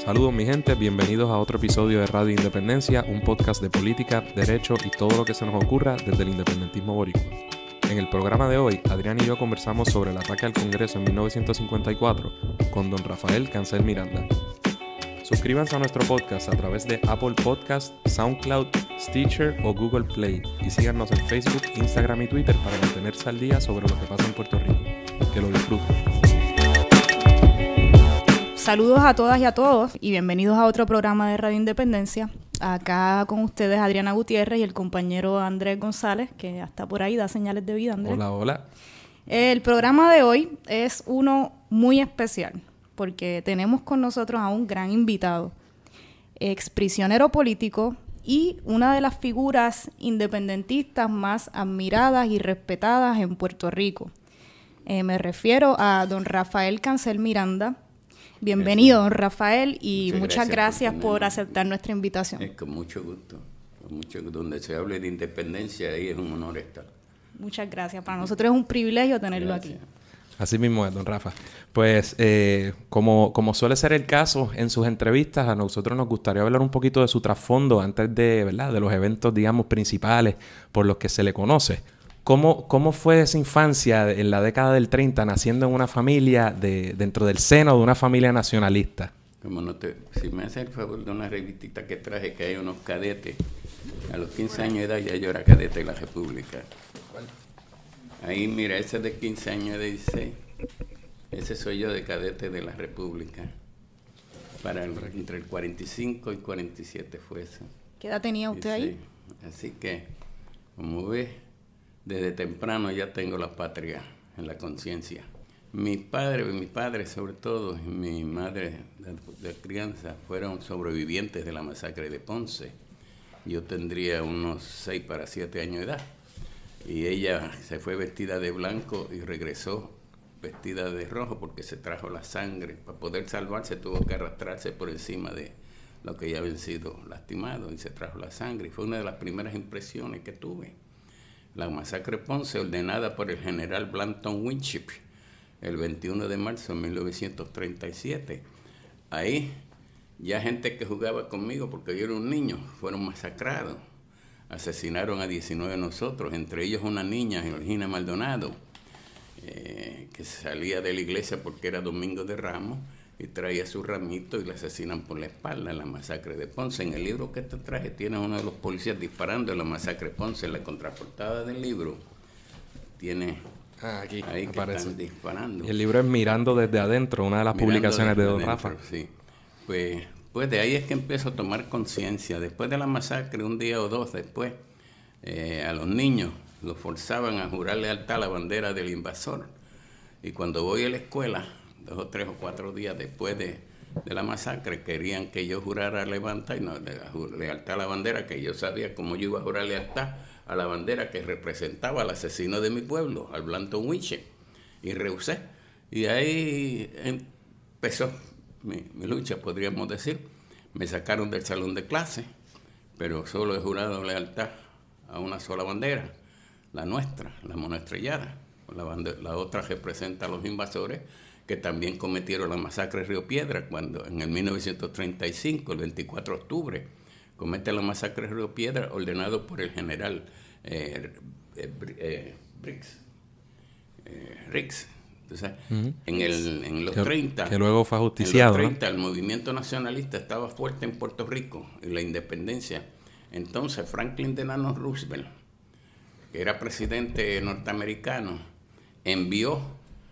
Saludos mi gente, bienvenidos a otro episodio de Radio Independencia, un podcast de política, derecho y todo lo que se nos ocurra desde el independentismo boricua. En el programa de hoy, Adrián y yo conversamos sobre el ataque al Congreso en 1954 con don Rafael Cancel Miranda. Suscríbanse a nuestro podcast a través de Apple Podcast, SoundCloud, Stitcher o Google Play y síganos en Facebook, Instagram y Twitter para mantenerse al día sobre lo que pasa en Puerto Rico. Que lo disfruten. Saludos a todas y a todos y bienvenidos a otro programa de Radio Independencia. Acá con ustedes Adriana Gutiérrez y el compañero Andrés González, que está por ahí, da señales de vida, Andrés. Hola, hola. El programa de hoy es uno muy especial porque tenemos con nosotros a un gran invitado, exprisionero político y una de las figuras independentistas más admiradas y respetadas en Puerto Rico. Me refiero a don Rafael Cancel Miranda. Bienvenido, don Rafael, y muchas gracias por aceptar nuestra invitación. Con mucho gusto. Donde se hable de independencia, ahí es un honor estar. Muchas gracias. Para nosotros es un privilegio tenerlo aquí. Así mismo es, don Rafa. Pues, como suele ser el caso en sus entrevistas, a nosotros nos gustaría hablar un poquito de su trasfondo antes de, ¿verdad?, de los eventos, digamos, principales por los que se le conoce. ¿Cómo fue esa infancia en la década del 30, naciendo en una familia, dentro del seno de una familia nacionalista? Si me hace el favor de una revistita que traje, que hay unos cadetes. A los 15 años de edad ya yo era cadete de la República. Ahí, mira, ese es de 15 años de 16. Ese soy yo de cadete de la República. Entre el 45 y 47 fue eso. ¿Qué edad tenía usted ahí? Así que, como ves, desde temprano ya tengo la patria en la conciencia. Mi padre sobre todo, y mi madre de crianza fueron sobrevivientes de la masacre de Ponce. Yo tendría unos 6 para 7 años de edad. Y ella se fue vestida de blanco y regresó vestida de rojo porque se trajo la sangre. Para poder salvarse tuvo que arrastrarse por encima de lo que ya habían sido lastimados y se trajo la sangre. Y fue una de las primeras impresiones que tuve. La masacre de Ponce, ordenada por el general Blanton Winship el 21 de marzo de 1937. Ahí ya gente que jugaba conmigo, porque yo era un niño, fueron masacrados. Asesinaron a 19 de nosotros, entre ellos una niña, Georgina Maldonado, que salía de la iglesia porque era Domingo de Ramos y traía su ramito y la asesinan por la espalda en la masacre de Ponce. En el libro que te traje tiene uno de los policías disparando en la masacre de Ponce. En la contraportada del libro tiene aquí ahí que aparece. Están disparando. Y el libro es Mirando desde adentro, una de las publicaciones de don Rafa. Sí. Pues de ahí es que empiezo a tomar conciencia. Después de la masacre, un día o dos después, a los niños los forzaban a jurar lealtad a la bandera del invasor. Y cuando voy a la escuela, 2 o 3 o 4 días después de la masacre, querían que yo jurara lealtad a la bandera, que yo sabía cómo yo iba a jurar lealtad a la bandera que representaba al asesino de mi pueblo, al Blanton Winship, y rehusé. Y ahí empezó mi lucha, podríamos decir. Me sacaron del salón de clase, pero solo he jurado lealtad a una sola bandera, la nuestra, la monoestrellada. La otra representa a los invasores que también cometieron la masacre de Río Piedra, cuando en el 1935, el 24 de octubre, comete la masacre de Río Piedra, ordenado por el general Riggs. Entonces, en los 30, que luego fue ajusticiado, en los 30, ¿no? El movimiento nacionalista estaba fuerte en Puerto Rico y la independencia. Entonces, Franklin Delano Roosevelt, que era presidente norteamericano, envió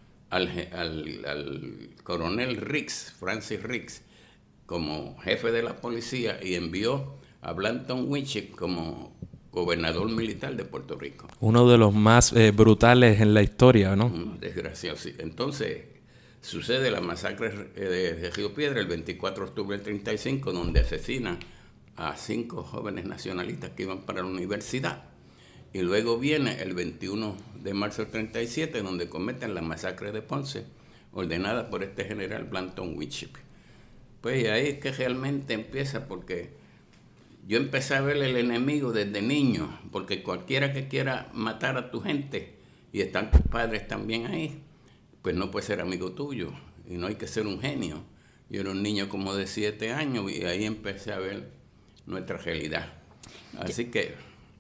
al coronel Riggs, Francis Riggs, como jefe de la policía, y envió a Blanton Winship como gobernador militar de Puerto Rico. Uno de los más brutales en la historia, ¿no? Desgraciado, sí. Entonces, sucede la masacre de Río Piedra el 24 de octubre del 35, donde asesinan a 5 jóvenes nacionalistas que iban para la universidad. Y luego viene el 21 de marzo del 37, donde cometen la masacre de Ponce, ordenada por este general Blanton Winship. Pues ahí es que realmente empieza, porque yo empecé a ver el enemigo desde niño, porque cualquiera que quiera matar a tu gente, y están tus padres también ahí, pues no puede ser amigo tuyo, y no hay que ser un genio, Yo era un niño como de 7 años y ahí empecé a ver nuestra realidad. Así que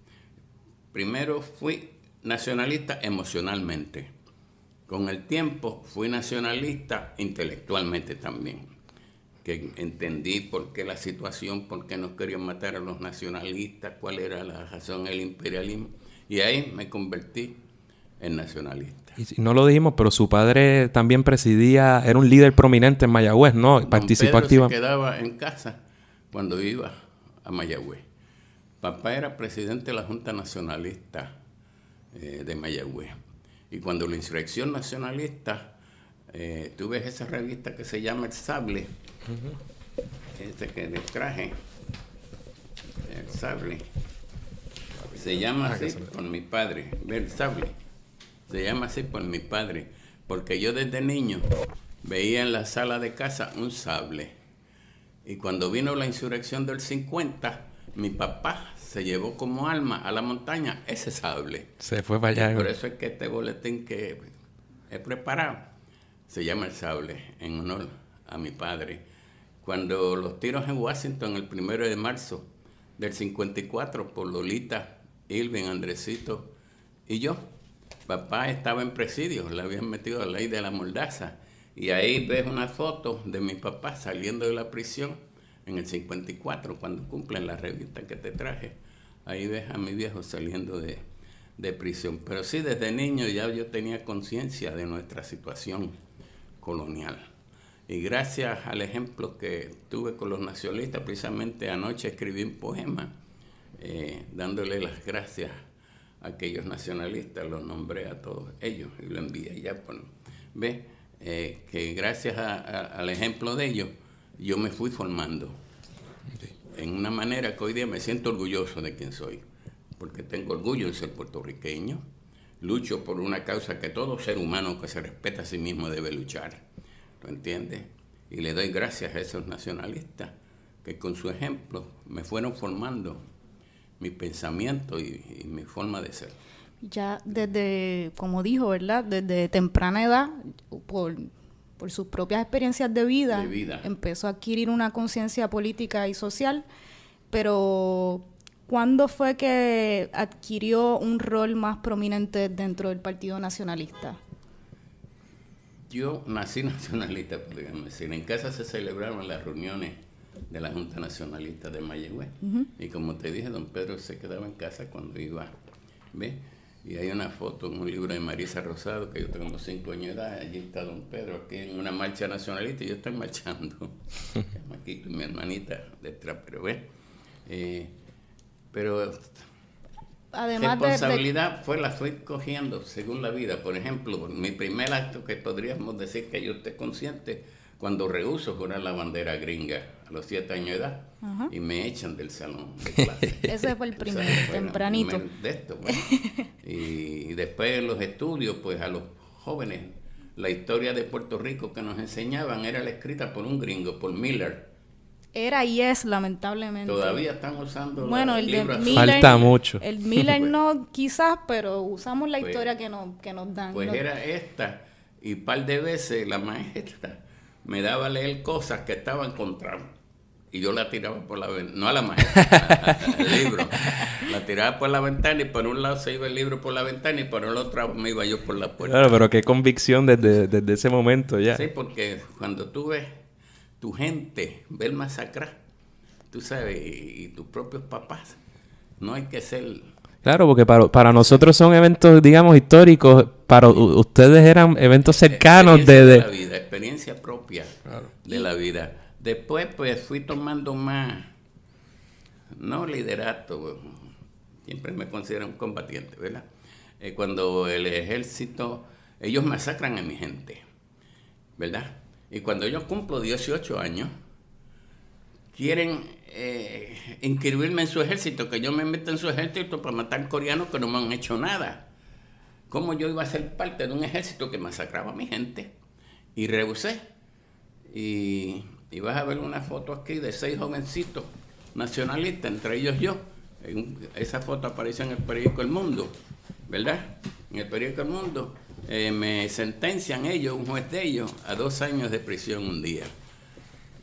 primero fui nacionalista emocionalmente. Con el tiempo fui nacionalista intelectualmente también, que entendí por qué la situación, por qué nos querían matar a los nacionalistas, cuál era la razón del imperialismo, y ahí me convertí en nacionalista. Y no lo dijimos, pero su padre también presidía, era un líder prominente en Mayagüez, ¿no? Participó activamente. Se quedaba en casa cuando iba a Mayagüez. Papá era presidente de la Junta Nacionalista de Mayagüez. Y cuando la insurrección nacionalista, tú ves esa revista que se llama El Sable, que les traje, El Sable, se llama así por mi padre, El Sable, se llama así por mi padre, porque yo desde niño veía en la sala de casa un sable. Y cuando vino la insurrección del 50, mi papá se llevó como alma a la montaña ese sable. Se fue para allá. Y por eso es que este boletín que he preparado se llama El Sable, en honor a mi padre. Cuando los tiros en Washington, el 1 de marzo del 54, por Lolita, Irving, Andresito y yo, papá estaba en presidio, le habían metido la ley de la mordaza. Y ahí ves una foto de mi papá saliendo de la prisión en el 54, cuando cumplen la revista que te traje. Ahí ves a mi viejo saliendo de prisión. Pero sí, desde niño ya yo tenía conciencia de nuestra situación colonial. Y gracias al ejemplo que tuve con los nacionalistas, precisamente anoche escribí un poema dándole las gracias a aquellos nacionalistas, los nombré a todos ellos y lo envié ya por... ¿Ves? Que gracias al ejemplo de ellos, yo me fui formando en una manera que hoy día me siento orgulloso de quien soy, porque tengo orgullo de ser puertorriqueño, lucho por una causa que todo ser humano que se respeta a sí mismo debe luchar, ¿lo entiendes? Y le doy gracias a esos nacionalistas que con su ejemplo me fueron formando mi pensamiento y mi forma de ser. Ya desde, como dijo, ¿verdad? Desde temprana edad, por sus propias experiencias de vida, empezó a adquirir una conciencia política y social, pero ¿cuándo fue que adquirió un rol más prominente dentro del Partido Nacionalista? Yo nací nacionalista, podríamos decir. En casa se celebraron las reuniones de la Junta Nacionalista de Mayagüez. Y como te dije, don Pedro se quedaba en casa cuando iba, ¿ves? Y hay una foto en un libro de Marisa Rosado, que yo tengo 5 años de edad, allí está don Pedro, aquí en una marcha nacionalista, y yo estoy marchando. Aquí con mi hermanita detrás, pero ¿ves? Pero además responsabilidad la fui cogiendo según la vida. Por ejemplo, mi primer acto que podríamos decir que yo esté consciente, cuando rehúso jurar la bandera gringa a los 7 años de edad, y me echan del salón de clase. Ese fue el primero, tempranito. De esto, bueno. Y después en los estudios, pues a los jóvenes, la historia de Puerto Rico que nos enseñaban era la escrita por un gringo, por Miller. Era y es, lamentablemente. Todavía están usando el de Miller. Falta mucho. El Miller no, quizás, pero usamos la historia que nos dan. Pues era esta, y un par de veces la maestra me daba a leer cosas que estaban contra, y yo la tiraba por la ventana, no a la maestra, el libro, la tiraba por la ventana, y por un lado se iba el libro por la ventana, y por el otro me iba yo por la puerta. Claro, pero qué convicción desde ese momento ya. Sí, porque cuando tú ves tu gente ver masacrar, tú sabes, y tus propios papás, no hay que ser... Claro, porque para nosotros son eventos, digamos, históricos, para ustedes eran eventos cercanos de la vida, experiencia propia de la vida. Después, pues, fui tomando más, no liderato, siempre me considero un combatiente, ¿verdad? Cuando el ejército, ellos masacran a mi gente, ¿verdad? Y cuando yo cumplo 18 años, quieren inscribirme en su ejército, que yo me meta en su ejército para matar coreanos que no me han hecho nada. ¿Cómo yo iba a ser parte de un ejército que masacraba a mi gente? Y rehusé. Y vas a ver una foto aquí de 6 jovencitos nacionalistas, entre ellos yo. Esa foto apareció en el periódico El Mundo, ¿verdad? En el periódico El Mundo me sentencian ellos, un juez de ellos, a 2 años de prisión un día.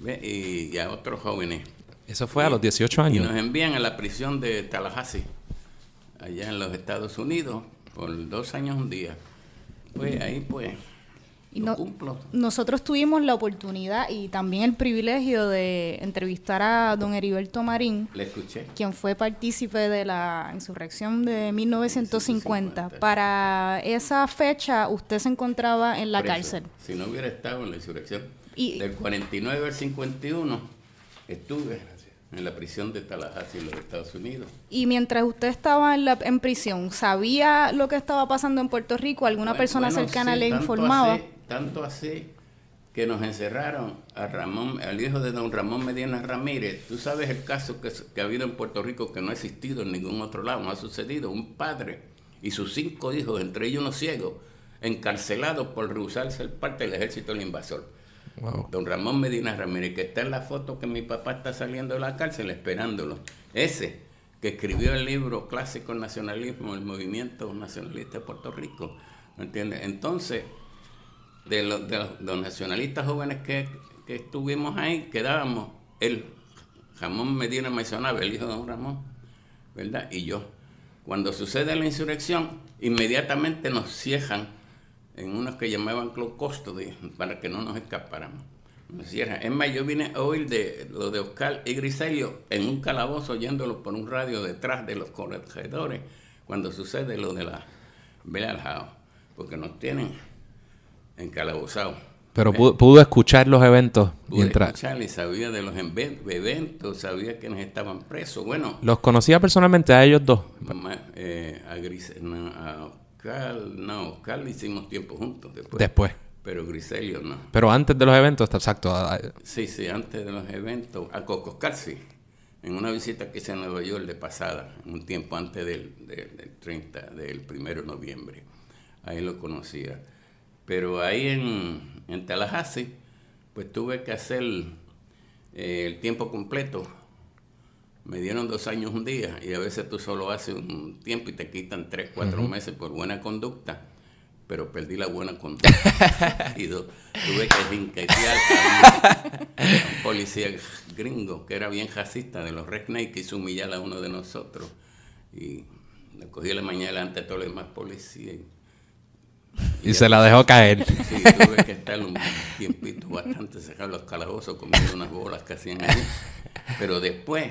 ¿Ve? Y a otros jóvenes. Eso fue a los 18 Y años. nos envían a la prisión de Tallahassee, allá en los Estados Unidos, por 2 años un día. Pues ahí pues Y lo cumplo. nosotros tuvimos la oportunidad y también el privilegio de entrevistar a don Heriberto Marín, Le escuché. quien fue partícipe de la insurrección de 1950. Para esa fecha, usted se encontraba en la Preso. cárcel. Si no hubiera estado en la insurrección Y- del 49 al 51, estuve en la prisión de Tallahassee, en los Estados Unidos. Y mientras usted estaba en prisión, ¿sabía lo que estaba pasando en Puerto Rico? ¿Alguna persona cercana sí, le tanto informaba? Tanto así que nos encerraron a Ramón, al hijo de don Ramón Medina Ramírez. Tú sabes el caso que ha habido en Puerto Rico que no ha existido en ningún otro lado, no ha sucedido. Un padre y sus 5 hijos, entre ellos uno ciego, encarcelados por rehusarse el parte del ejército del invasor. Wow. Don Ramón Medina Ramírez, que está en la foto que mi papá está saliendo de la cárcel esperándolo. Ese que escribió el libro Clásico Nacionalismo, el movimiento nacionalista de Puerto Rico. ¿Me entiendes? Entonces, de los nacionalistas jóvenes que estuvimos ahí, quedábamos el Ramón Medina mencionaba, el hijo de don Ramón, ¿verdad? Y yo. Cuando sucede la insurrección, inmediatamente nos cierran en unos que llamaban Close Custody, para que no nos escapáramos. Nos cierran. Es más, yo vine a oír de lo de Oscar y Griselio en un calabozo, oyéndolo por un radio detrás de los corregidores, cuando sucede lo de la Bella House, porque nos tienen encalabozados. Pero pudo escuchar los eventos Pude mientras... escuchar y sabía de los eventos, sabía quiénes estaban presos. Bueno, ¿Los conocía personalmente a ellos dos? a Oscar hicimos tiempo juntos después. Después. Pero Griselio no. Pero antes de los eventos, exacto. Sí, antes de los eventos. A Coco Oscar sí. En una visita que hice a Nueva York de pasada, un tiempo antes del 1 de noviembre. Ahí lo conocía. Pero ahí en Tallahassee, pues tuve que hacer el tiempo completo. Me dieron 2 años un día, y a veces tú solo haces un tiempo y te quitan 3, 4 meses por buena conducta, pero perdí la buena conducta. Y tuve que rinquetear a un policía gringo que era bien racista de los rednecks, que hizo humillar a uno de nosotros. Y le cogí la mañana ante todos los demás policías. Y se la dejó caer. Sí, tuve que estar un tiempito bastante cerrado los calabozos comiendo unas bolas que hacían ahí. Pero después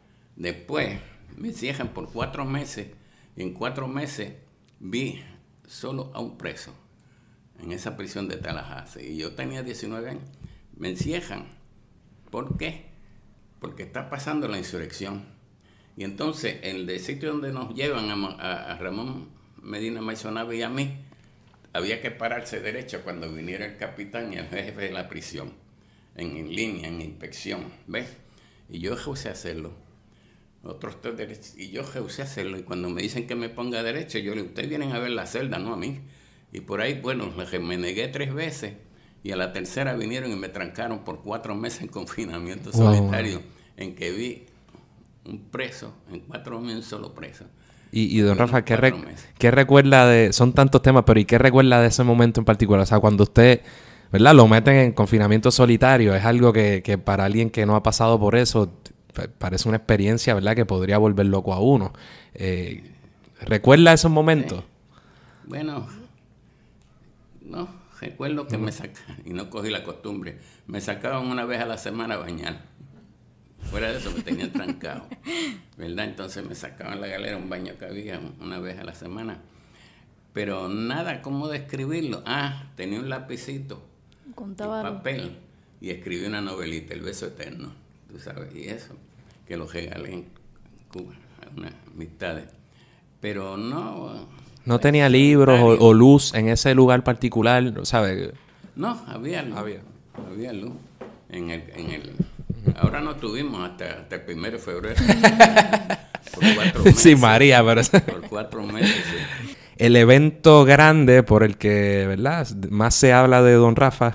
me cierran por 4 meses. Y en 4 meses vi solo a un preso en esa prisión de Tallahassee. Y yo tenía 19 años. Me encierran. ¿Por qué? Porque está pasando la insurrección. Y entonces, en el sitio donde nos llevan a Ramón Medina Maisonave y a mí, había que pararse derecho cuando viniera el capitán y el jefe de la prisión, en línea, en inspección, ¿ves? Y yo rehusé hacerlo. Otros 3 derechos, y yo rehusé hacerlo. Y cuando me dicen que me ponga derecho, yo le digo, ustedes vienen a ver la celda, no a mí. Y por ahí, bueno, me negué 3 veces, y a la tercera vinieron y me trancaron por 4 meses en confinamiento solitario, en que vi un preso, en 4 meses un solo preso. Y don Rafa, ¿qué recuerda de...? Son tantos temas, pero ¿y qué recuerda de ese momento en particular? O sea, cuando usted, ¿verdad?, lo meten en confinamiento solitario, es algo que para alguien que no ha pasado por eso, parece una experiencia, ¿verdad?, que podría volver loco a uno. ¿Recuerda esos momentos? Bueno, no, recuerdo que me sacaban, y no cogí la costumbre, me sacaban una vez a la semana a bañar. Fuera de eso me tenían trancado, ¿verdad? Entonces me sacaban la galera, un baño que había una vez a la semana. Pero nada, ¿cómo describirlo? Tenía un lapicito, un papel, y escribí una novelita, El beso eterno, tú sabes, y eso, que lo regalé en Cuba a unas amistades. Pero no... ¿No tenía libros o luz en ese lugar particular, ¿sabes? No, había luz. Había luz en el ahora no tuvimos hasta el 1 de febrero. Por 4 meses. Sí, María, pero... Por 4 meses, sí. El evento grande por el que, ¿verdad?, más se habla de don Rafa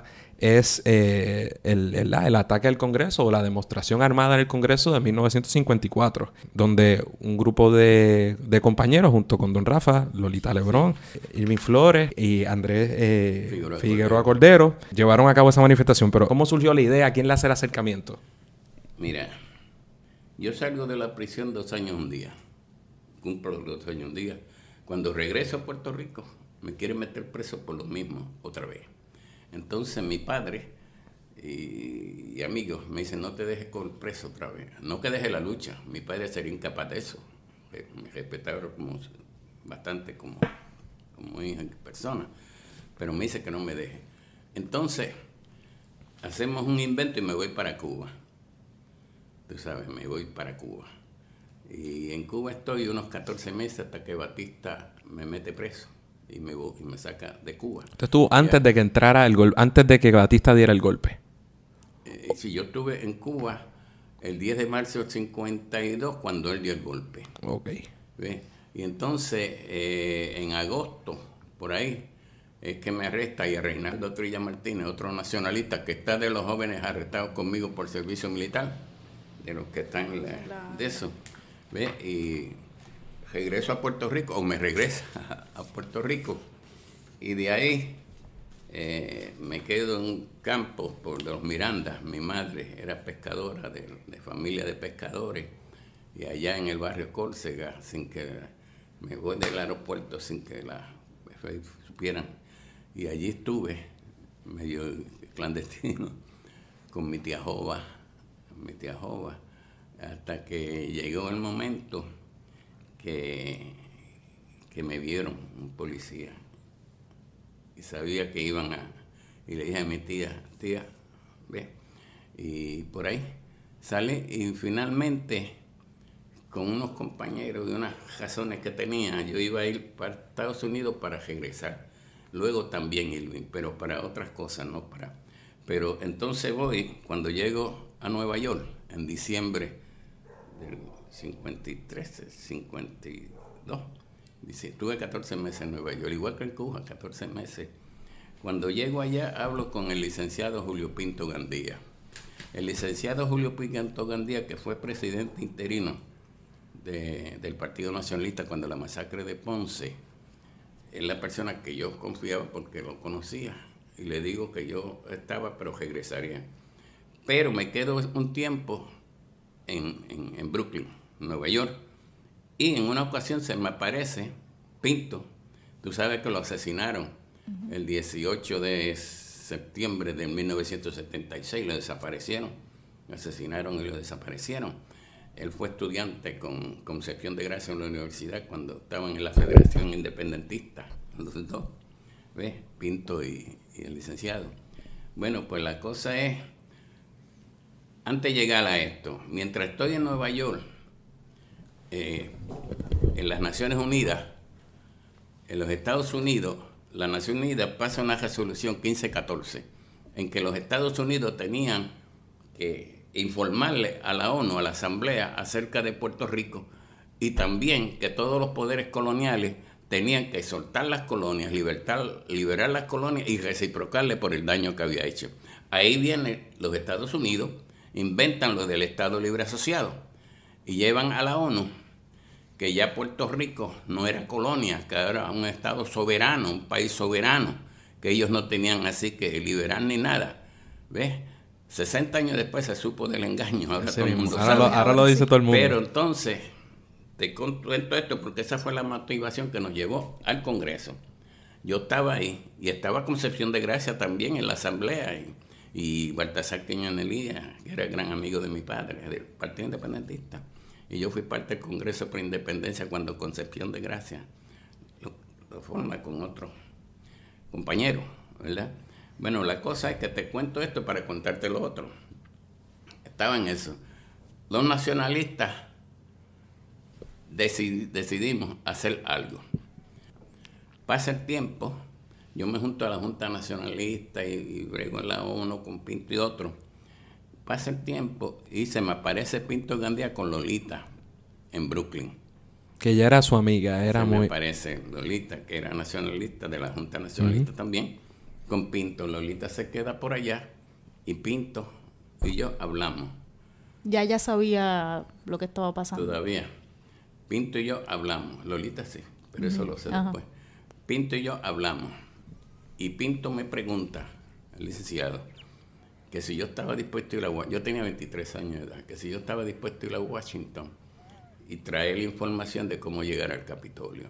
es el ataque al Congreso o la demostración armada en el Congreso de 1954, donde un grupo de compañeros junto con don Rafa, Lolita Lebrón, Irving Flores y Andrés Figueroa Cordero llevaron a cabo esa manifestación. Pero ¿cómo surgió la idea? ¿Quién le hace el acercamiento? Mira, yo salgo de la prisión 2 años un día. Cumplo 2 años un día. Cuando regreso a Puerto Rico, me quieren meter preso por lo mismo otra vez. Entonces mi padre y amigos me dicen, no te dejes preso otra vez. No que deje la lucha. Mi padre sería incapaz de eso. Me respetaba bastante como hija persona. Pero me dice que no me deje. Entonces, hacemos un invento y me voy para Cuba. Tú sabes, me voy para Cuba. Y en Cuba estoy unos 14 meses hasta que Batista me mete preso. Y me saca de Cuba. Entonces estuvo antes de que entrara el golpe, antes de que Batista diera el golpe. Sí, yo estuve en Cuba el 10 de marzo del 52 cuando él dio el golpe. Ok. ¿Ves? Y entonces, en agosto, por ahí, es que me arresta y a Reinaldo Trilla Martínez, otro nacionalista que está de los jóvenes arrestados conmigo por servicio militar, de los que están de eso. ¿Ves? Y regreso a Puerto Rico, o me regresa a Puerto Rico, y de ahí me quedo en un campo por los Miranda. Mi madre era pescadora, de familia de pescadores, y allá en el barrio Córcega, sin que me voy del aeropuerto, sin que supieran, y allí estuve, medio clandestino, con mi tía Jova, hasta que llegó el momento que me vieron un policía y sabía que iban y le dije a mi tía, ve, y por ahí sale y finalmente con unos compañeros y unas razones que tenía, yo iba a ir para Estados Unidos para regresar, luego también Irving, pero para otras cosas, no para. Pero entonces voy, cuando llego a Nueva York en diciembre del 53, 52. Dice, estuve 14 meses en Nueva York, igual que en Cuba, 14 meses. Cuando llego allá, hablo con el licenciado Julio Pinto Gandía. El licenciado Julio Pinto Gandía, que fue presidente interino del Partido Nacionalista cuando la masacre de Ponce, es la persona que yo confiaba porque lo conocía. Y le digo que yo estaba, pero regresaría. Pero me quedo un tiempo en Brooklyn, Nueva York, y en una ocasión se me aparece Pinto. Tú sabes que lo asesinaron el 18 de septiembre de 1976, lo desaparecieron, lo asesinaron y lo desaparecieron. Él fue estudiante con Concepción de Gracia en la universidad cuando estaban en la Federación Independentista, los dos, ¿ves? Pinto y el licenciado. Bueno, pues la cosa es, antes de llegar a esto, mientras estoy en Nueva York, en las Naciones Unidas, en los Estados Unidos, la Nación Unida pasa una resolución 1514 en que los Estados Unidos tenían que informarle a la ONU, a la Asamblea, acerca de Puerto Rico, y también que todos los poderes coloniales tenían que soltar las colonias, liberar las colonias y reciprocarle por el daño que había hecho. Ahí vienen los Estados Unidos, inventan lo del Estado Libre Asociado y llevan a la ONU que ya Puerto Rico no era colonia, que era un Estado soberano, un país soberano, que ellos no tenían así que liberar ni nada. ¿Ves? 60 años después se supo del engaño. Ahora todo el mundo sabe. Ahora lo dice todo el mundo. Pero entonces, te cuento esto porque esa fue la motivación que nos llevó al Congreso. Yo estaba ahí y estaba Concepción de Gracia también en la Asamblea y Baltasar Quiñones Elías, que era gran amigo de mi padre, del Partido Independentista. Y yo fui parte del Congreso por Independencia cuando Concepción de Gracia lo forma con otro compañero, ¿verdad? Bueno, la cosa es que te cuento esto para contarte lo otro. Estaba en eso. Los nacionalistas decidimos hacer algo. Pasa el tiempo, yo me junto a la Junta Nacionalista y brego en la ONU con Pinto y otro. Pasa el tiempo y se me aparece Pinto Gandía con Lolita en Brooklyn. Que ella era su amiga, era se muy... me aparece Lolita, que era nacionalista de la Junta Nacionalista también, con Pinto. Lolita se queda por allá y Pinto y yo hablamos. Ya sabía lo que estaba pasando. Todavía. Pinto y yo hablamos. Lolita sí, pero eso lo sé después. Pinto y yo hablamos. Y Pinto me pregunta, el licenciado, que si yo estaba dispuesto a ir a Washington. Yo tenía 23 años de edad. Que si yo estaba dispuesto a ir a Washington y traer la información de cómo llegar al Capitolio.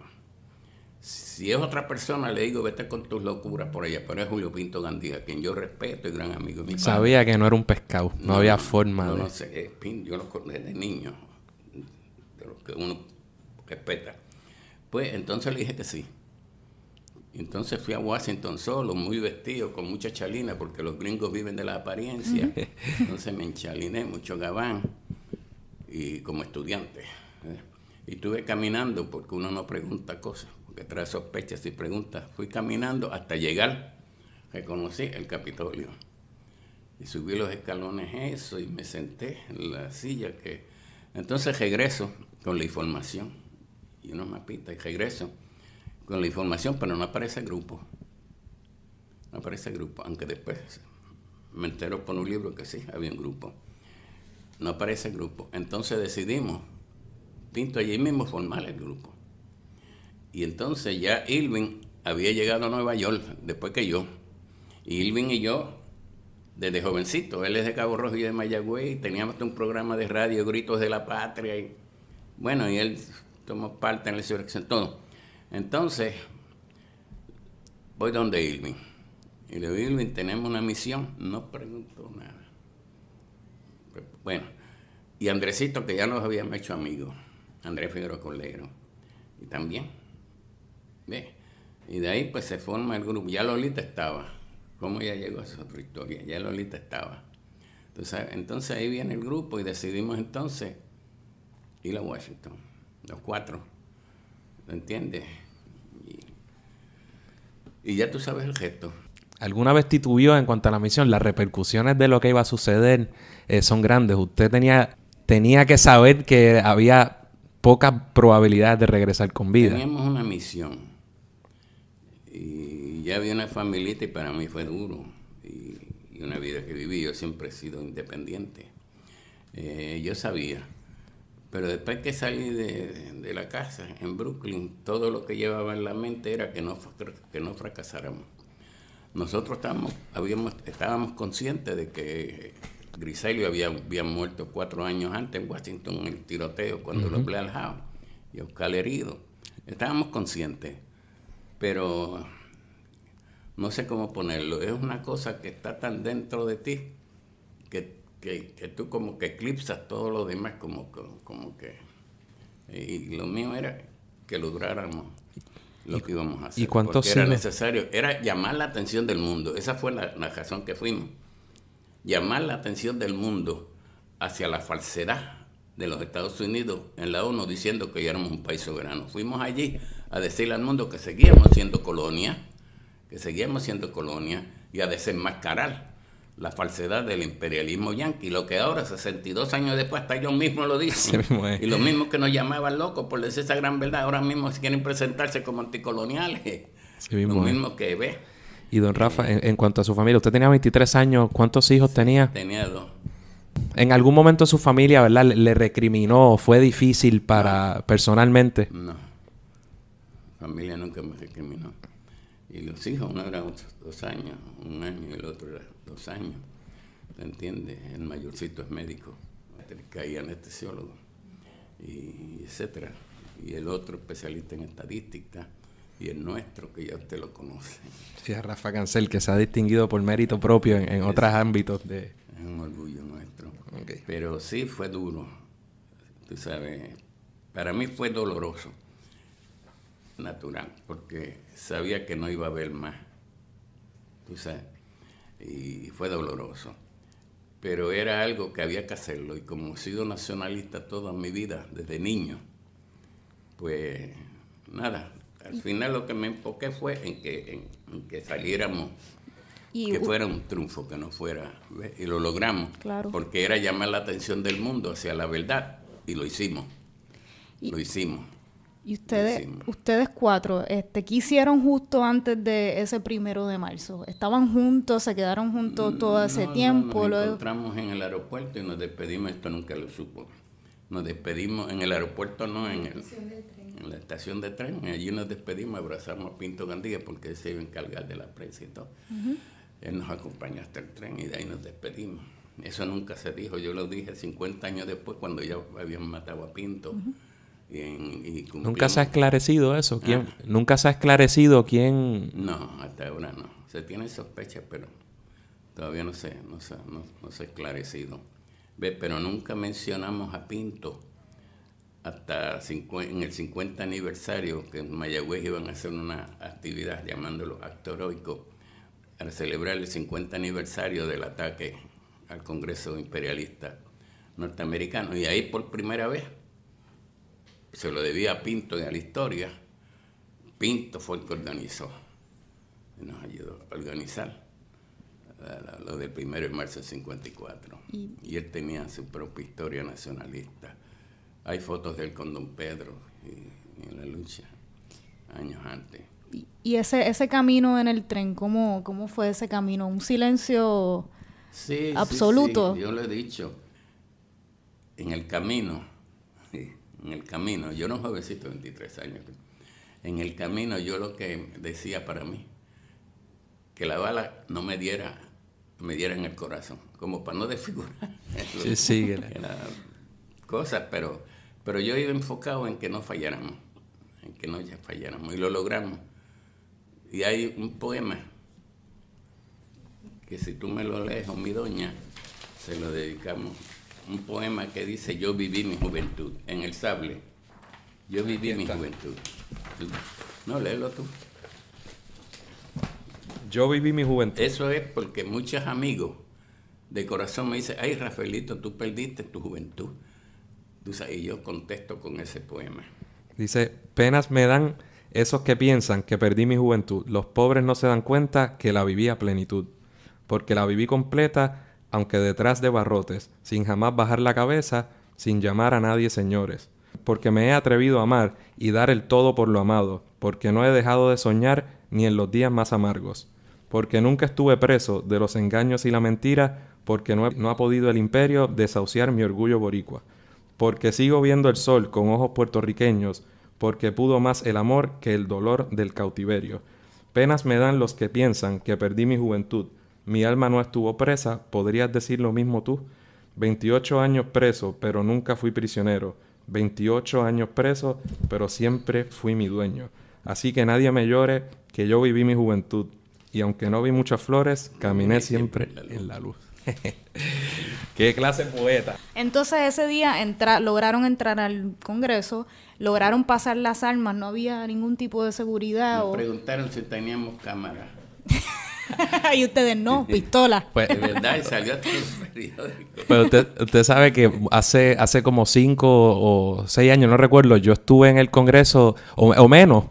Si es otra persona, le digo, vete con tus locuras por allá. Pero es Julio Pinto Gandía, quien yo respeto y gran amigo de mi padre. Sabía que no era un pescado, no había forma de... No sé, yo lo conozco desde niño, de lo que uno respeta. Pues entonces le dije que sí. Entonces fui a Washington solo, muy vestido, con mucha chalina, porque los gringos viven de la apariencia. Entonces me enchaliné, mucho gabán, y como estudiante. Y estuve caminando, porque uno no pregunta cosas, porque trae sospechas y preguntas. Fui caminando hasta llegar, reconocí el Capitolio. Y subí los escalones eso, y me senté en la silla que... Entonces regreso con la información, y unos mapitas, y regreso con la información, pero no aparece el grupo. No aparece el grupo, aunque después me entero por un libro que sí, había un grupo. No aparece el grupo. Entonces decidimos, Pinto, allí mismo formar el grupo. Y entonces ya Irving había llegado a Nueva York, después que yo. Y Irving y yo, desde jovencito, él es de Cabo Rojo y de Mayagüez, teníamos un programa de radio, Gritos de la Patria, y bueno, y él tomó parte en la insurrección, todo. Entonces, voy donde Irving. Y le digo, Irving, tenemos una misión. No preguntó nada. Bueno, y Andresito, que ya nos habíamos hecho amigos. Andrés Figueroa Colero. Y también. ¿Ve? Y de ahí pues se forma el grupo. Ya Lolita estaba. ¿Cómo ya llegó a esa otra historia? Ya Lolita estaba. Entonces ahí viene el grupo y decidimos entonces ir a Washington. Los 4. ¿Lo entiendes? Y ya tú sabes el gesto. ¿Alguna vez titubeó en cuanto a la misión? Las repercusiones de lo que iba a suceder son grandes. Usted tenía que saber que había pocas probabilidades de regresar con vida. Teníamos una misión. Y ya había una familita y para mí fue duro. Y una vida que viví. Yo siempre he sido independiente. Yo sabía. Pero después que salí de la casa en Brooklyn, todo lo que llevaba en la mente era que no fracasáramos. Nosotros estábamos conscientes de que Griselio había muerto 4 años antes en Washington en el tiroteo cuando lo Blair House y Oscar herido. Estábamos conscientes, pero no sé cómo ponerlo. Es una cosa que está tan dentro de ti que tú como que eclipsas todo lo demás, como que... Y lo mío era que lográramos lo que íbamos a hacer. ¿Y cuántos porque era necesario, era llamar la atención del mundo. Esa fue la razón que fuimos. Llamar la atención del mundo hacia la falsedad de los Estados Unidos en la ONU diciendo que ya éramos un país soberano. Fuimos allí a decirle al mundo que seguíamos siendo colonia, y a desenmascarar la falsedad del imperialismo yanqui, lo que ahora, 62 años después, hasta ellos mismos lo dicen. Sí, y los mismos que nos llamaban locos por decir esa gran verdad, ahora mismo quieren presentarse como anticoloniales. Sí, los mismos que ve. Y don Rafa, en cuanto a su familia, usted tenía 23 años, ¿cuántos hijos tenía? Tenía 2. ¿En algún momento su familia, verdad, le recriminó? ¿Fue difícil personalmente? No. Mi familia nunca me recriminó. Y los hijos, uno era 2 años, 1 año, y el otro era 2 años. ¿Te entiendes? El mayorcito es médico, caía anestesiólogo, y etcétera. Y el otro especialista en estadística, y el nuestro, que ya usted lo conoce. Sí, a Rafa Cancel, que se ha distinguido por mérito propio en otros ámbitos de... Es un orgullo nuestro. Okay. Pero sí fue duro, tú sabes. Para mí fue doloroso. Natural, porque sabía que no iba a haber más, tú sabes, y fue doloroso, pero era algo que había que hacerlo, y como he sido nacionalista toda mi vida, desde niño, pues nada, al final lo que me enfoqué fue en que saliéramos, que fuera un triunfo, que no fuera, ¿ves? Y lo logramos, claro. Porque era llamar la atención del mundo hacia la verdad, y lo hicimos, Y ustedes cuatro, ¿qué hicieron justo antes de ese 1 de marzo? ¿Estaban juntos, se quedaron juntos todo ese tiempo? Nos encontramos en el aeropuerto y nos despedimos, esto nunca lo supo. Nos despedimos en el aeropuerto, no, en la estación de tren. Allí nos despedimos, abrazamos a Pinto Gandía porque él se iba a encargar de la prensa y todo. Él nos acompañó hasta el tren y de ahí nos despedimos. Eso nunca se dijo, yo lo dije 50 años después cuando ya habían matado a Pinto. ¿Nunca se ha esclarecido eso? ¿Nunca se ha esclarecido quién? No, hasta ahora no. Se tienen sospechas, pero todavía no se ha esclarecido. Pero nunca mencionamos a Pinto hasta en el 50 aniversario, que en Mayagüez iban a hacer una actividad llamándolo acto heroico, para celebrar el 50 aniversario del ataque al Congreso imperialista norteamericano. Y ahí por primera vez se lo debía a Pinto y a la historia. Pinto fue el que organizó, nos ayudó a organizar lo del 1 de marzo del 54. Y él tenía su propia historia nacionalista. Hay fotos de él con Don Pedro y en la lucha, años antes. ¿Y ese camino en el tren, cómo fue ese camino? ¿Un silencio absoluto? Sí, yo lo he dicho. En el camino, yo era un jovencito de 23 años. En el camino yo lo que decía para mí, que la bala no me diera en el corazón, como para no desfigurar cosas, pero yo iba enfocado en que no falláramos, y lo logramos. Y hay un poema que si tú me lo lees, o mi doña, se lo dedicamos. Un poema que dice: yo viví mi juventud en el sable. Yo viví mi juventud. No, léelo tú. Yo viví mi juventud. Eso es porque muchos amigos de corazón me dicen: ay, Rafaelito, tú perdiste tu juventud. Y yo contesto con ese poema. Dice: penas me dan esos que piensan que perdí mi juventud. Los pobres no se dan cuenta que la viví a plenitud. Porque la viví completa, aunque detrás de barrotes, sin jamás bajar la cabeza, sin llamar a nadie señores. Porque me he atrevido a amar y dar el todo por lo amado. Porque no he dejado de soñar ni en los días más amargos. Porque nunca estuve preso de los engaños y la mentira. Porque no ha podido el imperio desahuciar mi orgullo boricua. Porque sigo viendo el sol con ojos puertorriqueños. Porque pudo más el amor que el dolor del cautiverio. Penas me dan los que piensan que perdí mi juventud. Mi alma no estuvo presa, ¿podrías decir lo mismo tú? 28 años preso, pero nunca fui prisionero. 28 años preso, pero siempre fui mi dueño. Así que nadie me llore, que yo viví mi juventud. Y aunque no vi muchas flores, caminé siempre en la luz. ¡Qué clase poeta! Entonces ese día lograron entrar al Congreso, lograron pasar las armas, no había ningún tipo de seguridad. Nos preguntaron si teníamos cámara. Y ustedes no, pistola. Pues de verdad, y salió todo el periódico. Pero usted sabe que hace como 5 o 6 años, no recuerdo, yo estuve en el Congreso, o menos,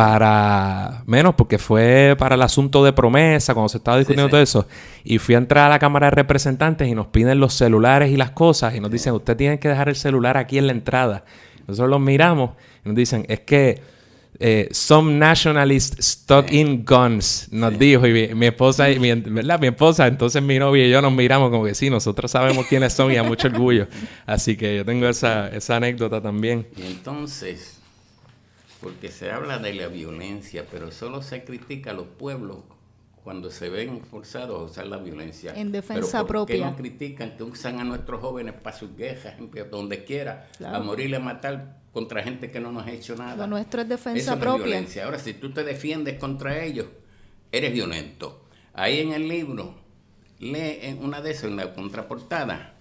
porque fue para el asunto de promesa, cuando se estaba discutiendo todo eso, y fui a entrar a la Cámara de Representantes y nos piden los celulares y las cosas, y nos dicen: usted tiene que dejar el celular aquí en la entrada. Nosotros los miramos y nos dicen: es que some nationalists stuck in guns, nos dijo, y mi esposa, entonces mi novia y yo nos miramos como que sí, nosotros sabemos quiénes son y a mucho orgullo. Así que yo tengo esa anécdota también. Y entonces, porque se habla de la violencia, pero solo se critica a los pueblos cuando se ven forzados a usar la violencia. En defensa propia. ¿Por qué no critican que usan a nuestros jóvenes para sus guerras, donde quiera, a morir y a matar contra gente que no nos ha hecho nada? Lo nuestro es defensa Eso propia. No es violencia. Ahora, si tú te defiendes contra ellos, eres violento. Ahí en el libro, lee en una de esas, en la contraportada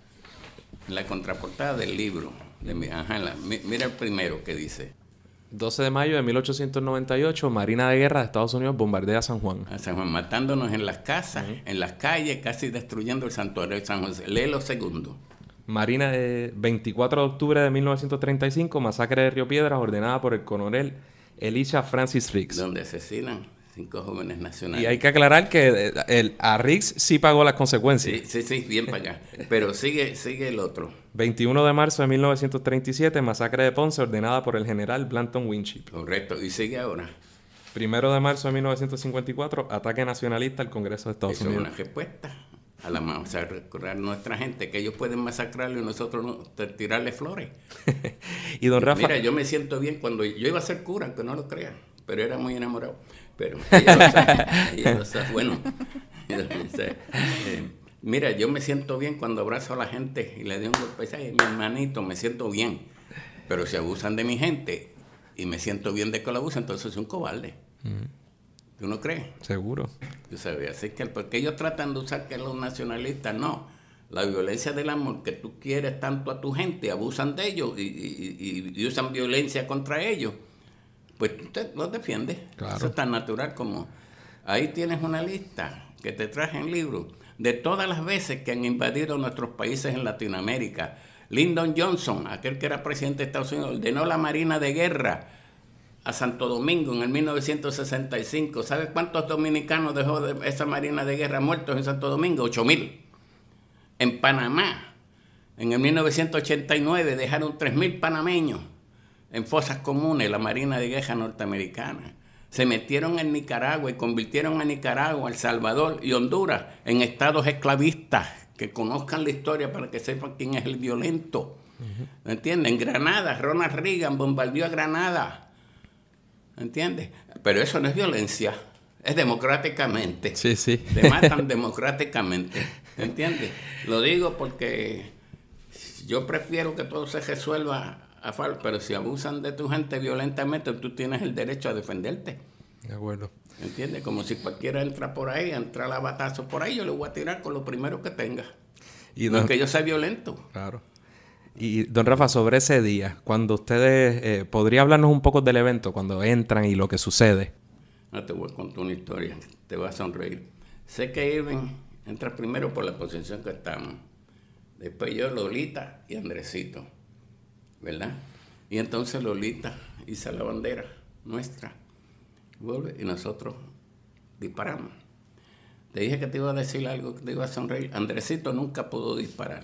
del libro. Mira el primero que dice: 12 de mayo de 1898, Marina de Guerra de Estados Unidos bombardea San Juan. A San Juan, matándonos en las casas, en las calles, casi destruyendo el santuario de San José. Lee lo segundo. Marina, 24 de octubre de 1935, masacre de Río Piedras ordenada por el coronel Elisha Francis Riggs. Donde asesinan 5 jóvenes nacionales. Y hay que aclarar que a Riggs sí pagó las consecuencias. Sí, bien pagado. Pero sigue el otro. 21 de marzo de 1937, masacre de Ponce ordenada por el general Blanton Winship. Correcto, y sigue ahora. 1 de marzo de 1954, ataque nacionalista al Congreso de Estados Unidos. Es una respuesta a la masacrar a nuestra gente, que ellos pueden masacrarlo y nosotros no, tirarle flores. Y don Rafa... Mira, yo me siento bien cuando yo iba a ser cura, aunque no lo crean, pero era muy enamorado. Pero ella lo sabe. Bueno, mira, yo me siento bien cuando abrazo a la gente y le doy un golpe. Ay, mi hermanito, me siento bien. Pero si abusan de mi gente y me siento bien de que lo abusan, entonces soy un cobarde. ¿Tú no crees? Seguro. Tú sabes, así que porque ellos tratan de usar que los nacionalistas, no. La violencia del amor, que tú quieres tanto a tu gente, abusan de ellos y usan violencia contra ellos. Pues tú los defiendes. Claro. Eso es tan natural como... Ahí tienes una lista que te traje en libro de todas las veces que han invadido nuestros países en Latinoamérica. Lyndon Johnson, aquel que era presidente de Estados Unidos, ordenó la Marina de Guerra a Santo Domingo en el 1965. ¿Sabes cuántos dominicanos dejó de esa Marina de Guerra muertos en Santo Domingo? 8,000. En Panamá, en el 1989, dejaron 3,000 panameños en fosas comunes, la Marina de Guerra norteamericana. Se metieron en Nicaragua y convirtieron a Nicaragua, El Salvador y Honduras en estados esclavistas. Que conozcan la historia para que sepan quién es el violento. ¿Me entiendes? En Granada, Ronald Reagan bombardeó a Granada. ¿Me entiendes? Pero eso no es violencia, es democráticamente. Sí, sí. Te matan democráticamente. ¿Me entiendes? Lo digo porque yo prefiero que todo se resuelva a favor, pero si abusan de tu gente violentamente, tú tienes el derecho a defenderte. De acuerdo. ¿Me entiendes? Como si cualquiera entra por ahí, entra a batazo por ahí, yo le voy a tirar con lo primero que tenga. Y no es que yo sea violento. Claro. Y don Rafa, sobre ese día, cuando ustedes, ¿podría hablarnos un poco del evento, cuando entran y lo que sucede? No, te voy a contar una historia, te vas a sonreír. Sé que Irving entra primero por la posición que estamos. Después yo, Lolita y Andresito, ¿verdad? Y entonces Lolita hizo la bandera nuestra, vuelve y nosotros disparamos. Te dije que te iba a decir algo, que te iba a sonreír. Andresito nunca pudo disparar.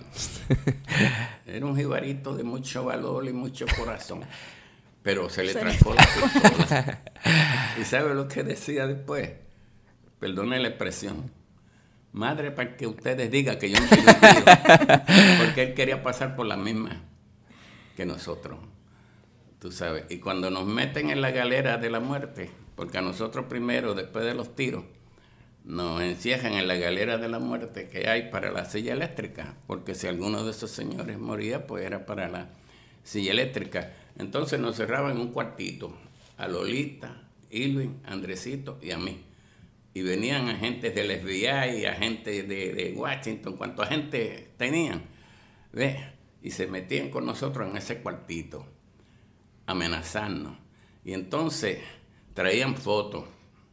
Era un jibarito de mucho valor y mucho corazón. Pero se le trancó la pistola. ¿Y sabe lo que decía después? Perdone la expresión. Madre, para que ustedes digan que yo no soy un tío. Porque él quería pasar por la misma que nosotros. Tú sabes. Y cuando nos meten en la galera de la muerte, porque a nosotros primero, después de los tiros, nos encierran en la galera de la muerte que hay para la silla eléctrica, porque si alguno de esos señores moría, pues era para la silla eléctrica. Entonces nos cerraban en un cuartito, a Lolita, Irving, Andresito y a mí. Y venían agentes del FBI, agentes de Washington, cuánta gente tenían, ¿ves? Y se metían con nosotros en ese cuartito, amenazarnos. Y entonces traían fotos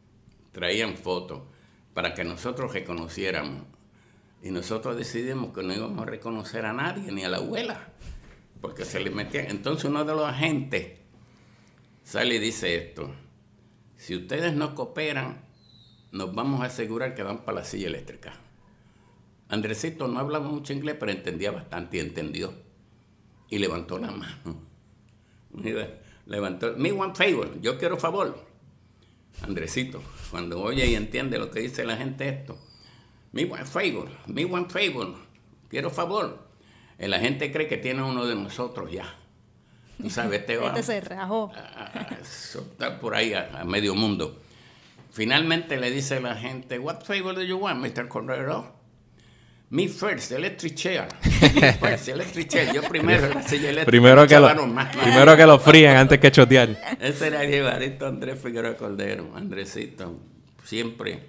para que nosotros reconociéramos. Y nosotros decidimos que no íbamos a reconocer a nadie, ni a la abuela, porque se le metían. Entonces uno de los agentes sale y dice esto: si ustedes no cooperan, nos vamos a asegurar que van para la silla eléctrica. Andresito no hablaba mucho inglés, pero entendía bastante y entendió. Y levantó la mano. Levantó, me one favor, yo quiero favor. Andresito, cuando oye y entiende lo que dice la gente esto, me one favor, quiero favor. La gente cree que tiene uno de nosotros ya. Tú sabes, te va se rajó a soltar por ahí a medio mundo. Finalmente le dice la gente, what favor do you want, Mr. Cordero? Me first, electric chair. Yo primero en la silla eléctrica. Primero que lo fríen antes que chotear. Ese era el jibarito Andrés Figueroa Cordero. Andresito, siempre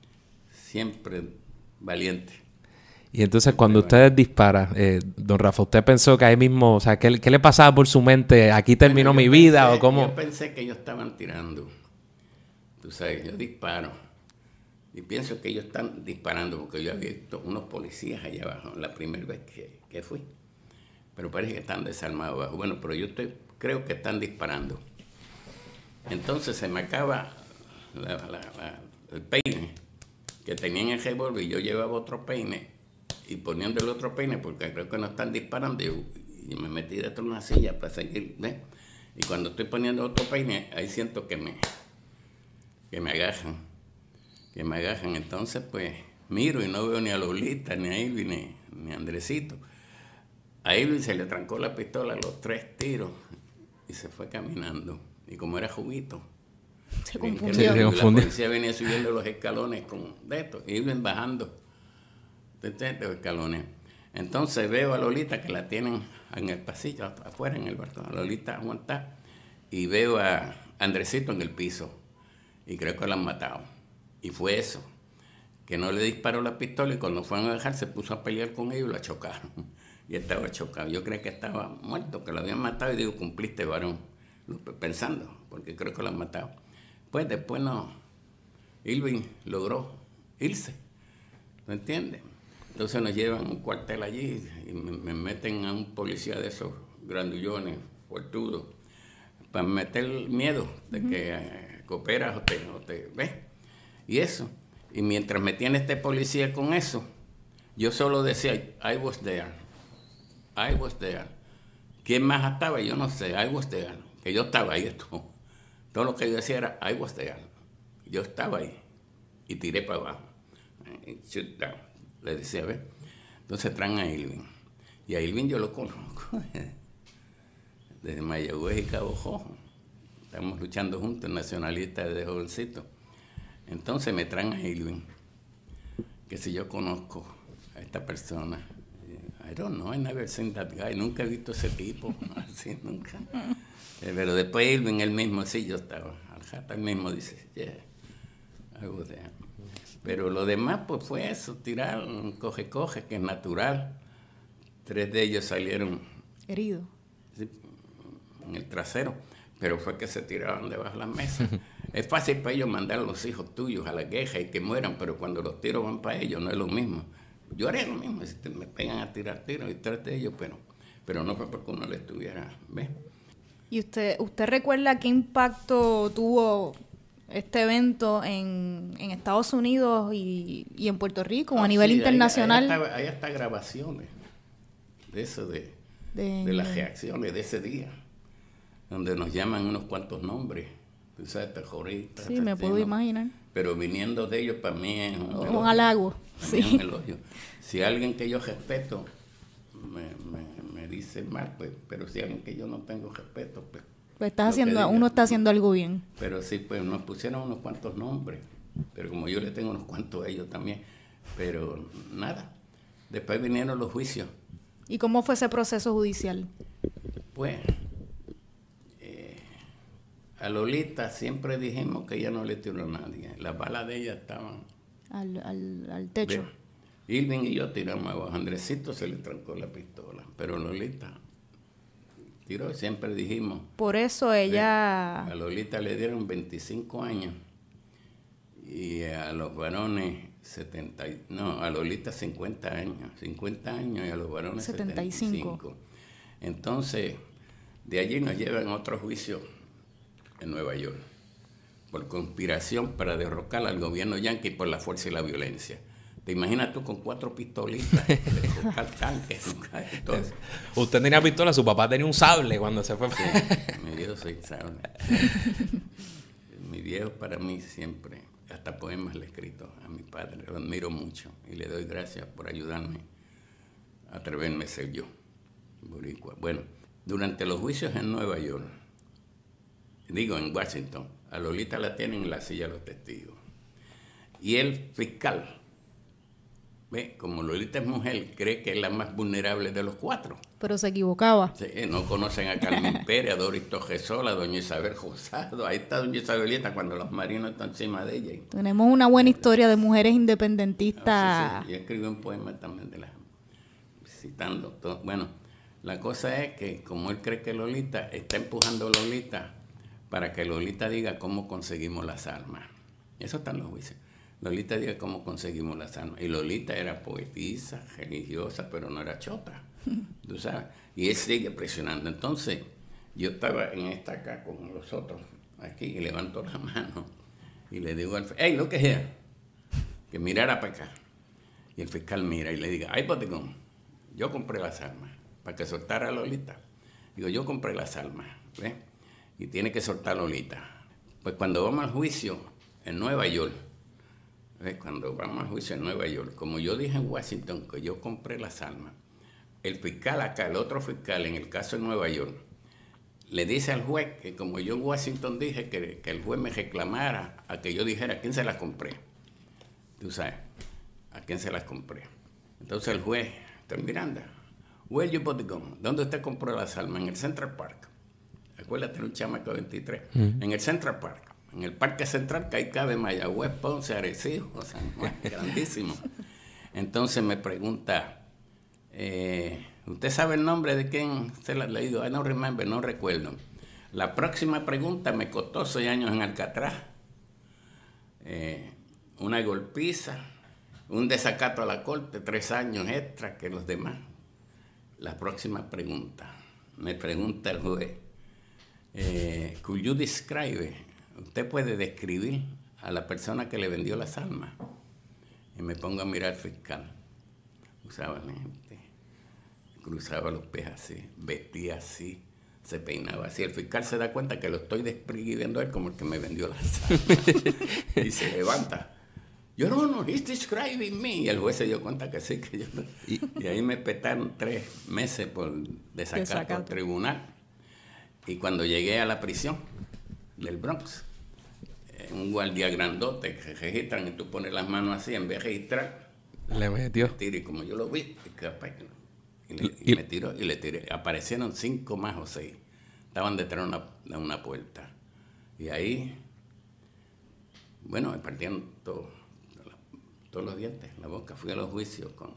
valiente. Y entonces cuando ustedes disparan, don Rafa, ¿usted pensó que ahí mismo, o sea, ¿qué le pasaba por su mente? ¿Aquí terminó mi vida o cómo? Yo pensé que ellos estaban tirando. Tú sabes, yo disparo. Y pienso que ellos están disparando, porque yo había visto unos policías allá abajo la primera vez que fui. Pero parece que están desarmados abajo. Bueno, pero yo creo que están disparando. Entonces se me acaba el peine que tenía en el revólver, y yo llevaba otro peine, y poniendo el otro peine, porque creo que no están disparando, y me metí dentro de una silla para seguir, ¿ves? Y cuando estoy poniendo otro peine, ahí siento que me agajan. Entonces, pues, miro y no veo ni a Lolita, ni a Irving, ni a Andresito. A Irving se le trancó la pistola a los 3 tiros y se fue caminando. Y como era juguito, se confundió. La policía venía subiendo los escalones con esto, Irving bajando de los escalones. Entonces veo a Lolita que la tienen en el pasillo, afuera en el balcón, a Lolita aguantar, y veo a Andresito en el piso, y creo que lo han matado. Y fue eso, que no le disparó la pistola, y cuando fueron a dejar se puso a pelear con ellos y la chocaron. Y estaba chocado. Yo creí que estaba muerto, que lo habían matado, y digo, cumpliste, varón, pensando, porque creo que lo han matado. Pues después no, Irving logró irse, ¿me entiendes? Entonces nos llevan a un cuartel allí y me meten a un policía de esos grandullones, fuertudos, para meter miedo de que cooperas o te ves. Y eso. Y mientras me tiene este policía con eso, yo solo decía, I was there. ¿Quién más estaba? Yo no sé, I was there. Que yo estaba ahí. Todo lo que yo decía era, I was there. Yo estaba ahí. Y tiré para abajo. Shoot down. Le decía, ¿ves? Entonces traen a Irving. Y a Irving yo lo conozco. Desde Mayagüez y Cabo Rojo. Estamos luchando juntos, nacionalistas desde jovencito. Entonces me traen a Irving. Que si yo conozco a esta persona. I don't know, I never seen that guy. Nunca he visto ese tipo. Así, nunca. Pero después Irving, él mismo, sí, yo estaba. Al rato él mismo dice, yeah, I was there. Pero lo demás, pues fue eso, tirar un coge-coge, que es natural. 3 de ellos salieron heridos, sí, en el trasero, pero fue que se tiraban debajo de las mesas. Es fácil para ellos mandar a los hijos tuyos a la guerra y que mueran, pero cuando los tiros van para ellos no es lo mismo. Yo haría lo mismo, si me pegan a tirar tiros y 3 de ellos, pero no fue porque uno le estuviera, ¿ves? ¿Y usted recuerda qué impacto tuvo este evento en Estados Unidos y en Puerto Rico, a nivel internacional? Hay hasta grabaciones de eso, de las reacciones de ese día, donde nos llaman unos cuantos nombres, tú sabes, terroristas. Sí, me puedo imaginar. Pero viniendo de ellos, para mí es un halago. Sí. Un elogio. Si alguien que yo respeto me dice mal, pues, pero si alguien que yo no tengo respeto, pues uno está haciendo algo bien. Pero sí, pues nos pusieron unos cuantos nombres, pero como yo le tengo unos cuantos a ellos también, pero nada. Después vinieron los juicios. ¿Y cómo fue ese proceso judicial? Pues, a Lolita siempre dijimos que ella no le tiró a nadie. Las balas de ella estaban al techo. Irving y yo tiramos abajo. Andresito se le trancó la pistola, pero Lolita tiró, siempre dijimos. Por eso ella... A Lolita le dieron 25 años y a los varones a Lolita 50 años y a los varones 75. Entonces, de allí nos llevan a otro juicio en Nueva York por conspiración para derrocar al gobierno yanqui por la fuerza y la violencia. ¿Te imaginas tú con 4 pistolitas de buscar tanques? Entonces, usted tenía pistola, su papá tenía un sable cuando se fue. Sí, mi viejo soy sable. Mi viejo para mí siempre, hasta poemas le he escrito a mi padre, lo admiro mucho y le doy gracias por ayudarme a atreverme a ser yo, boricua. Bueno, durante los juicios en Nueva York, en Washington, a Lolita la tienen en la silla de los testigos. Y el fiscal, como Lolita es mujer, cree que es la más vulnerable de los 4. Pero se equivocaba. Sí, no conocen a Carmen Pérez, a Doris Tojesola, a doña Isabel Rosado. Ahí está doña Isabelita cuando los marinos están encima de ella. Tenemos una buena historia de mujeres independentistas. Sí. Yo escribí un poema también citando todo. Bueno, la cosa es que como él cree que Lolita, está empujando a Lolita para que Lolita diga cómo conseguimos las armas. Eso está en los juicios. Lolita diga cómo conseguimos las armas. Y Lolita era poetisa, religiosa, pero no era chota, tú sabes. Y él sigue presionando. Entonces, yo estaba en esta acá con los otros, aquí, y levanto la mano. Y le digo al fiscal, hey, look here, que mirara para acá. Y el fiscal mira y le diga, ay, boticón, yo compré las armas para que soltara a Lolita. Digo, yo compré las armas, ¿ves? Y tiene que soltar a Lolita. Pues cuando vamos al juicio en Nueva York, ¿ves? Cuando vamos al juicio en Nueva York, como yo dije en Washington que yo compré las armas, el fiscal acá, el otro fiscal en el caso en Nueva York, le dice al juez que como yo en Washington dije que el juez me reclamara a que yo dijera a quién se las compré. Tú sabes, a quién se las compré. Entonces el juez, está en Miranda, where you bought the gun? ¿Dónde usted compró las armas? En el Central Park. Acuérdate, era un chamaco de 23. En el Central Park. En el Parque Central, que ahí cabe Mayagüez, Ponce, Arecibo, San Juan, grandísimo. Entonces me pregunta, ¿usted sabe el nombre de quién se la ha leído? I don't remember, no recuerdo. La próxima pregunta me costó 6 años en Alcatraz. Una golpiza, un desacato a la corte, 3 años extra que los demás. La próxima pregunta, me pregunta el juez, could you describe, usted puede describir a la persona que le vendió las armas. Y me pongo a mirar al fiscal. Usaba lentes, cruzaba los pies así, vestía así, se peinaba así. El fiscal se da cuenta que lo estoy describiendo a él como el que me vendió las armas. Y se levanta. Your Honor, he's describing me. Y el juez se dio cuenta que sí, que yo no. Y ahí me petaron 3 meses por desacato al tribunal. Y cuando llegué a la prisión del Bronx, un guardia grandote que registran y tú pones las manos así, en vez de registrar, le metió. Y como yo lo vi, y me tiró y le tiré. Aparecieron 5 más o 6. Estaban detrás de una puerta. Y ahí, bueno, me partieron todos los dientes, la boca. Fui a los juicios con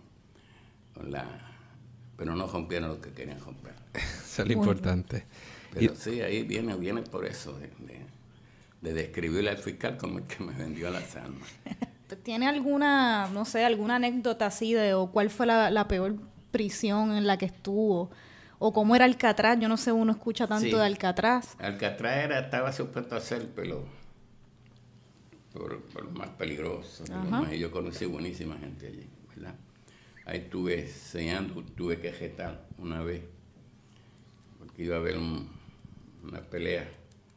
pero no rompieron lo que querían romper. Eso es lo importante. Pero sí, ahí viene por eso, de describirle al fiscal como el que me vendió las armas. ¿Tiene alguna, no sé, alguna anécdota así o cuál fue la peor prisión en la que estuvo? O cómo era Alcatraz, yo no sé, uno escucha tanto de Alcatraz. Alcatraz estaba supuesto a ser, pero por lo más peligroso. Y yo conocí buenísima gente allí, ¿verdad? Ahí estuve enseñando, tuve que jetar una vez, porque iba a haber una pelea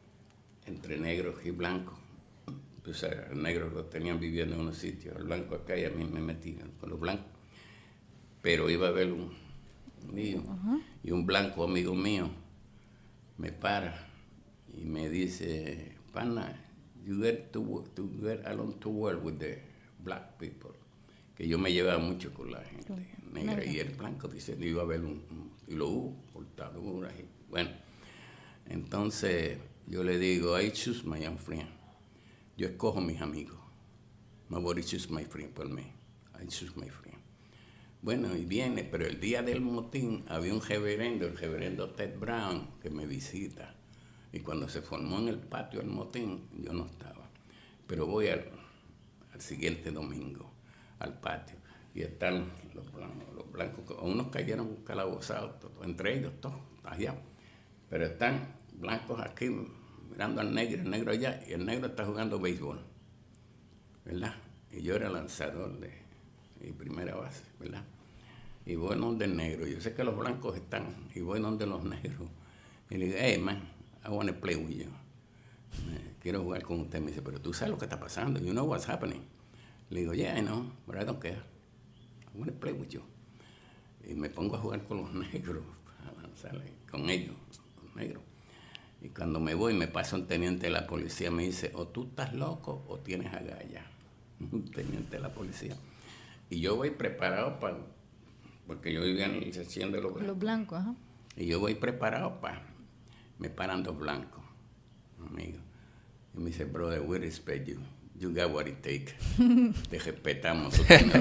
entre negros y blancos. Pues los negros los tenían viviendo en unos sitios, el blanco acá, y a mí me metían con los blancos. Pero iba a haber un lío, y un blanco amigo mío me para y me dice, pana, you get to get along too well with the black people. Que yo me llevaba mucho con la gente negra, y el blanco dice, iba a haber y lo hubo, cortaduras, y bueno. Entonces yo le digo, I choose my own friend. Yo escojo mis amigos. Nobody choose my friend por mí. I choose my friend. Bueno, y viene, pero el día del motín había un reverendo, el reverendo Ted Brown, que me visita. Y cuando se formó en el patio el motín, yo no estaba. Pero voy al siguiente domingo al patio. Y están los blancos, unos cayeron calabozados, entre ellos todos, allá. Pero están blancos aquí mirando al negro, el negro allá, y el negro está jugando béisbol, ¿verdad? Y yo era lanzador de primera base, ¿verdad? Y voy donde el negro, yo sé que los blancos están, y voy donde los negros. Y le digo, hey man, I want to play with you. Quiero jugar con usted. Me dice, pero tú sabes lo que está pasando, you know what's happening. Le digo, yeah, I know, but I don't care. I want to play with you. Y me pongo a jugar con los negros, a lanzarle con ellos, los negros. Y cuando me voy, me pasa un teniente de la policía, me dice, o tú estás loco o tienes agallas. Un teniente de la policía. Y yo voy preparado porque yo vivía en la sección de los blancos. Ajá. Y yo voy preparado me paran 2 blancos, amigos. Y me dice, brother, we respect you. You got what it takes. Te respetamos.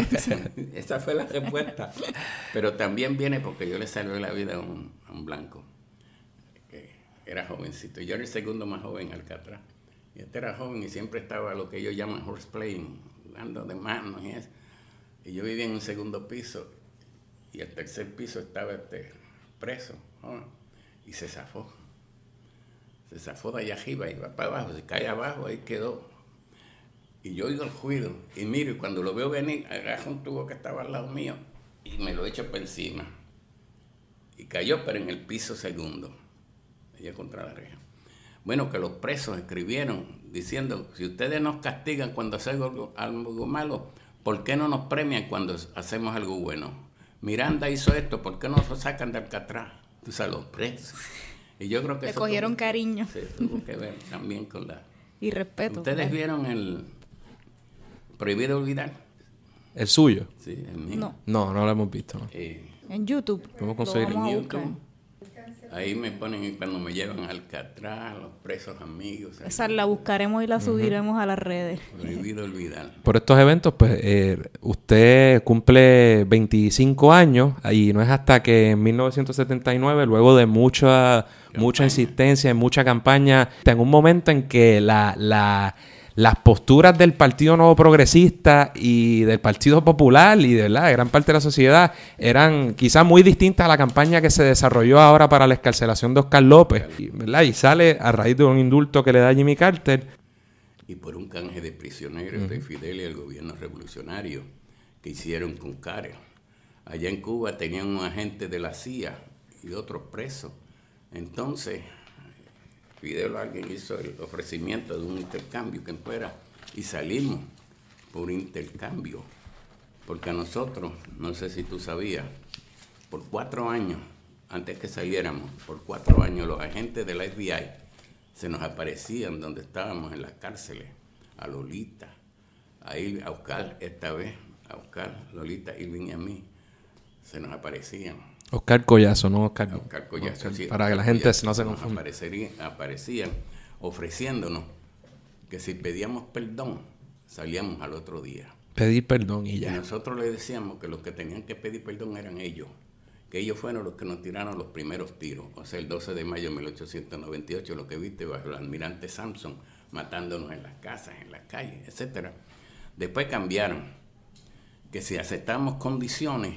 Esa fue la respuesta. Pero también viene porque yo le salvé la vida a un blanco. Era jovencito. Yo era el segundo más joven en Alcatraz. Y este era joven y siempre estaba lo que ellos llaman horseplaying, jugando de manos y eso. Y yo vivía en un segundo piso y el tercer piso estaba preso, ¿no? Y se zafó. Se zafó de allá arriba y va para abajo. Se cae abajo, ahí quedó. Y yo oigo el ruido y miro, y cuando lo veo venir, agarro un tubo que estaba al lado mío y me lo echo por encima. Y cayó, pero en el piso segundo, allá contra la reja. Bueno, que los presos escribieron diciendo, si ustedes nos castigan cuando hacemos algo malo, ¿por qué no nos premian cuando hacemos algo bueno? Miranda hizo esto, ¿por qué no nos sacan de Alcatraz? Tú sabes, los presos. Y yo creo que le cogieron cariño. Sí, tuvo que ver también con la... Y respeto. ¿Ustedes vieron el Prohibido Olvidar? ¿El suyo? Sí, el mío. No, no lo hemos visto. ¿No? En YouTube. Podemos conseguir Lo vamos en a buscar. YouTube. Ahí me ponen cuando me llevan a Alcatraz, los presos amigos. Esa la buscaremos y la subiremos a las redes. Prohibido Olvidar. Por estos eventos, pues, usted cumple 25 años y no es hasta que en 1979, luego de mucha insistencia y mucha campaña, en un momento en que las posturas del Partido Nuevo Progresista y del Partido Popular y de la gran parte de la sociedad eran quizás muy distintas a la campaña que se desarrolló ahora para la excarcelación de Oscar López, ¿verdad? Y sale a raíz de un indulto que le da Jimmy Carter. Y por un canje de prisioneros de Fidel y el gobierno revolucionario que hicieron con Carter. Allá en Cuba tenían un agente de la CIA y otros presos. Entonces... Fidel, alguien hizo el ofrecimiento de un intercambio que fuera y salimos por intercambio. Porque a nosotros, no sé si tú sabías, por 4 años, antes que saliéramos, por 4 años los agentes de la FBI se nos aparecían donde estábamos en las cárceles, a Lolita, a Oscar esta vez, a Oscar, Lolita, Irving y a mí, se nos aparecían. Oscar Collazo, no Oscar. Oscar Collazo, Oscar, sí, para Oscar que la gente Collazo, no se confunda. Aparecían ofreciéndonos que si pedíamos perdón, salíamos al otro día. Pedir perdón y Y ya. nosotros le decíamos que los que tenían que pedir perdón eran ellos, que ellos fueron los que nos tiraron los primeros tiros. O sea, el 12 de mayo de 1898, lo que viste bajo el almirante Sampson, matándonos en las casas, en las calles, etc. Después cambiaron, que si aceptamos condiciones,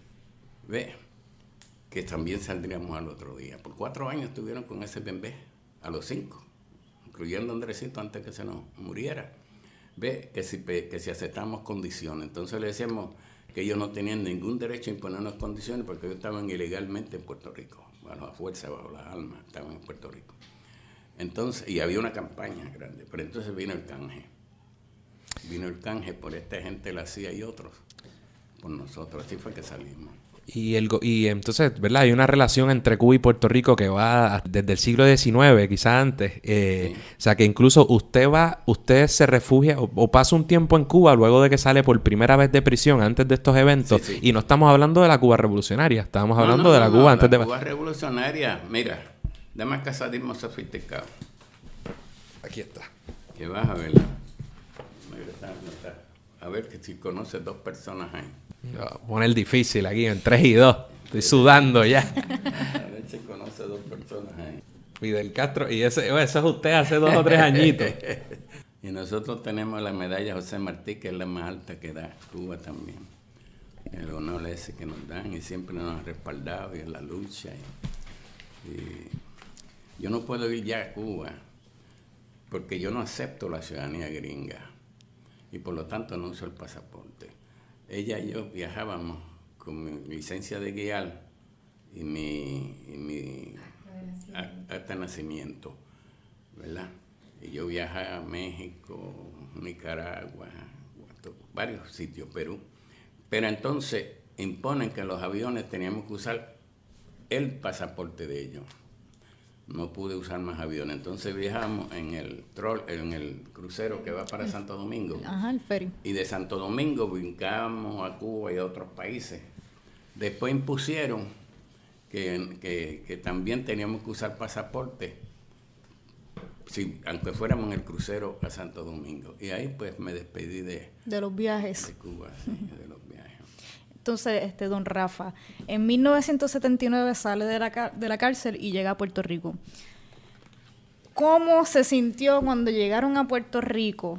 ve, que también saldríamos al otro día. Por 4 años estuvieron con ese bembé, a los 5, incluyendo a Andresito antes que se nos muriera. Ve, que si aceptamos condiciones. Entonces le decíamos que ellos no tenían ningún derecho a imponernos condiciones porque ellos estaban ilegalmente en Puerto Rico, bajo la fuerza, bajo las armas, estaban en Puerto Rico. Entonces, y había una campaña grande, pero entonces vino el canje. Vino el canje por esta gente, la CIA y otros, por nosotros. Así fue que salimos. Y entonces, ¿verdad? Hay una relación entre Cuba y Puerto Rico que va desde el siglo XIX, quizás antes. Sí. O sea, que incluso usted se refugia o pasa un tiempo en Cuba luego de que sale por primera vez de prisión antes de estos eventos. Sí, sí. Y no estamos hablando de la Cuba revolucionaria, estamos hablando de la Cuba antes de... La Cuba revolucionaria, mira, dame casadismo sofisticado. Aquí está. Que vas a verla. A ver que si conoces 2 personas ahí. Voy a poner difícil aquí, en 3 y 2. Estoy sudando ya. A ver si conoces 2 personas ahí. Fidel Castro, y eso es usted hace 2 o 3 añitos. Y nosotros tenemos la medalla José Martí, que es la más alta que da Cuba también. El honor ese que nos dan y siempre nos han respaldado y en la lucha. Y yo no puedo ir ya a Cuba porque yo no acepto la ciudadanía gringa y por lo tanto no uso el pasaporte. Ella y yo viajábamos con mi licencia de guiar y mi acta de nacimiento, ¿verdad? Y yo viajé a México, Nicaragua, varios sitios, Perú. Pero entonces imponen que en los aviones teníamos que usar el pasaporte de ellos. No pude usar más aviones. Entonces viajamos en el crucero que va para Santo Domingo. Ajá, el ferry. Y de Santo Domingo brincamos a Cuba y a otros países. Después impusieron que también teníamos que usar pasaporte, aunque fuéramos en el crucero a Santo Domingo. Y ahí pues me despedí de los viajes. De Cuba, sí, de los viajes. Entonces, don Rafa, en 1979 sale de la cárcel y llega a Puerto Rico. ¿Cómo se sintió cuando llegaron a Puerto Rico?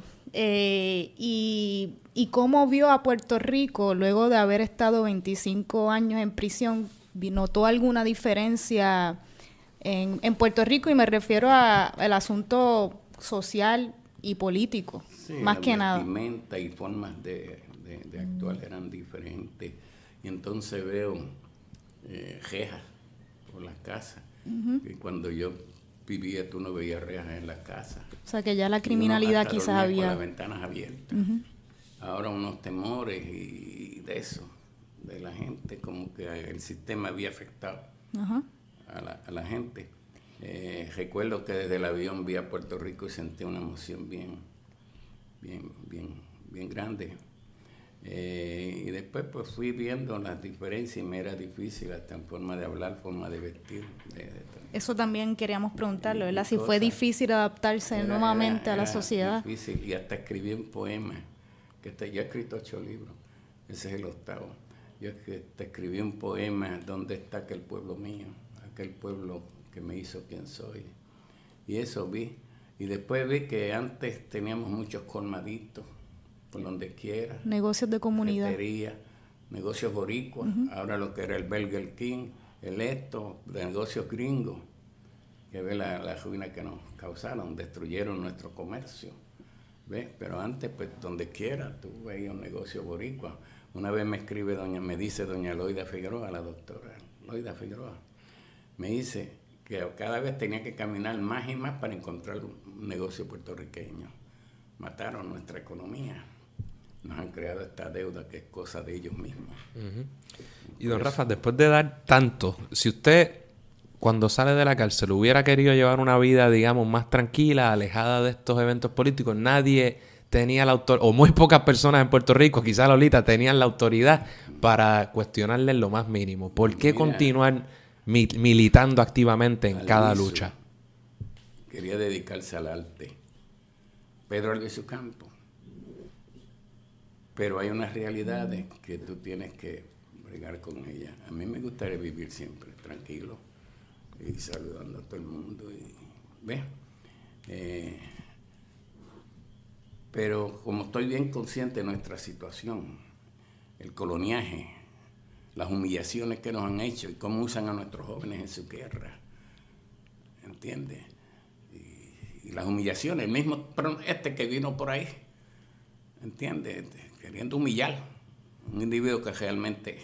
Y cómo vio a Puerto Rico luego de haber estado 25 años en prisión. ¿Notó alguna diferencia en Puerto Rico? Y me refiero al asunto social, y político, sí, más que nada. Las vestimentas y formas de actuar eran diferentes. Y entonces veo rejas por las casas. Y cuando yo vivía, tú no veías rejas en las casas. O sea, que ya la criminalidad quizás había... Con las ventanas abiertas. Ahora unos temores y de eso, de la gente, como que el sistema había afectado a la gente. Recuerdo que desde el avión vi a Puerto Rico y sentí una emoción bien grande. Y después pues fui viendo las diferencias y me era difícil hasta en forma de hablar, forma de vestir. Eso también queríamos preguntarlo, ¿verdad? Si fue difícil adaptarse nuevamente a la sociedad. Difícil, y hasta escribí un poema, yo he escrito 8 libros, ese es el 8º. Yo escribí un poema, ¿dónde está aquel pueblo mío? Aquel pueblo que me hizo quien soy. Y eso vi. Y después vi que antes teníamos muchos colmaditos, por donde quiera. Negocios de comunidad. Ferretería, negocios boricuas. Ahora lo que era el Burger King, de negocios gringos. Que ve la ruina que nos causaron, destruyeron nuestro comercio. ¿Ves? Pero antes, pues, donde quiera, tú veías un negocio boricua. Una vez me dice doña Loida Figueroa, la doctora Loida Figueroa, me dice que cada vez tenía que caminar más y más para encontrar un negocio puertorriqueño. Mataron nuestra economía. Nos han creado esta deuda que es cosa de ellos mismos. Y don Rafa, después de dar tanto, si usted cuando sale de la cárcel hubiera querido llevar una vida, digamos, más tranquila, alejada de estos eventos políticos, nadie tenía la autoridad, o muy pocas personas en Puerto Rico, quizás Lolita, tenían la autoridad para cuestionarle en lo más mínimo. ¿Por qué continuar militando activamente en cada lucha? Quería dedicarse al arte. Pedro Albizu Campos. Pero hay unas realidades que tú tienes que bregar con ellas. A mí me gustaría vivir siempre tranquilo y saludando a todo el mundo. Pero como estoy bien consciente de nuestra situación, el coloniaje, las humillaciones que nos han hecho y cómo usan a nuestros jóvenes en su guerra, ¿entiendes? Y las humillaciones, el mismo que vino por ahí, ¿entiendes? Queriendo humillar a un individuo que realmente,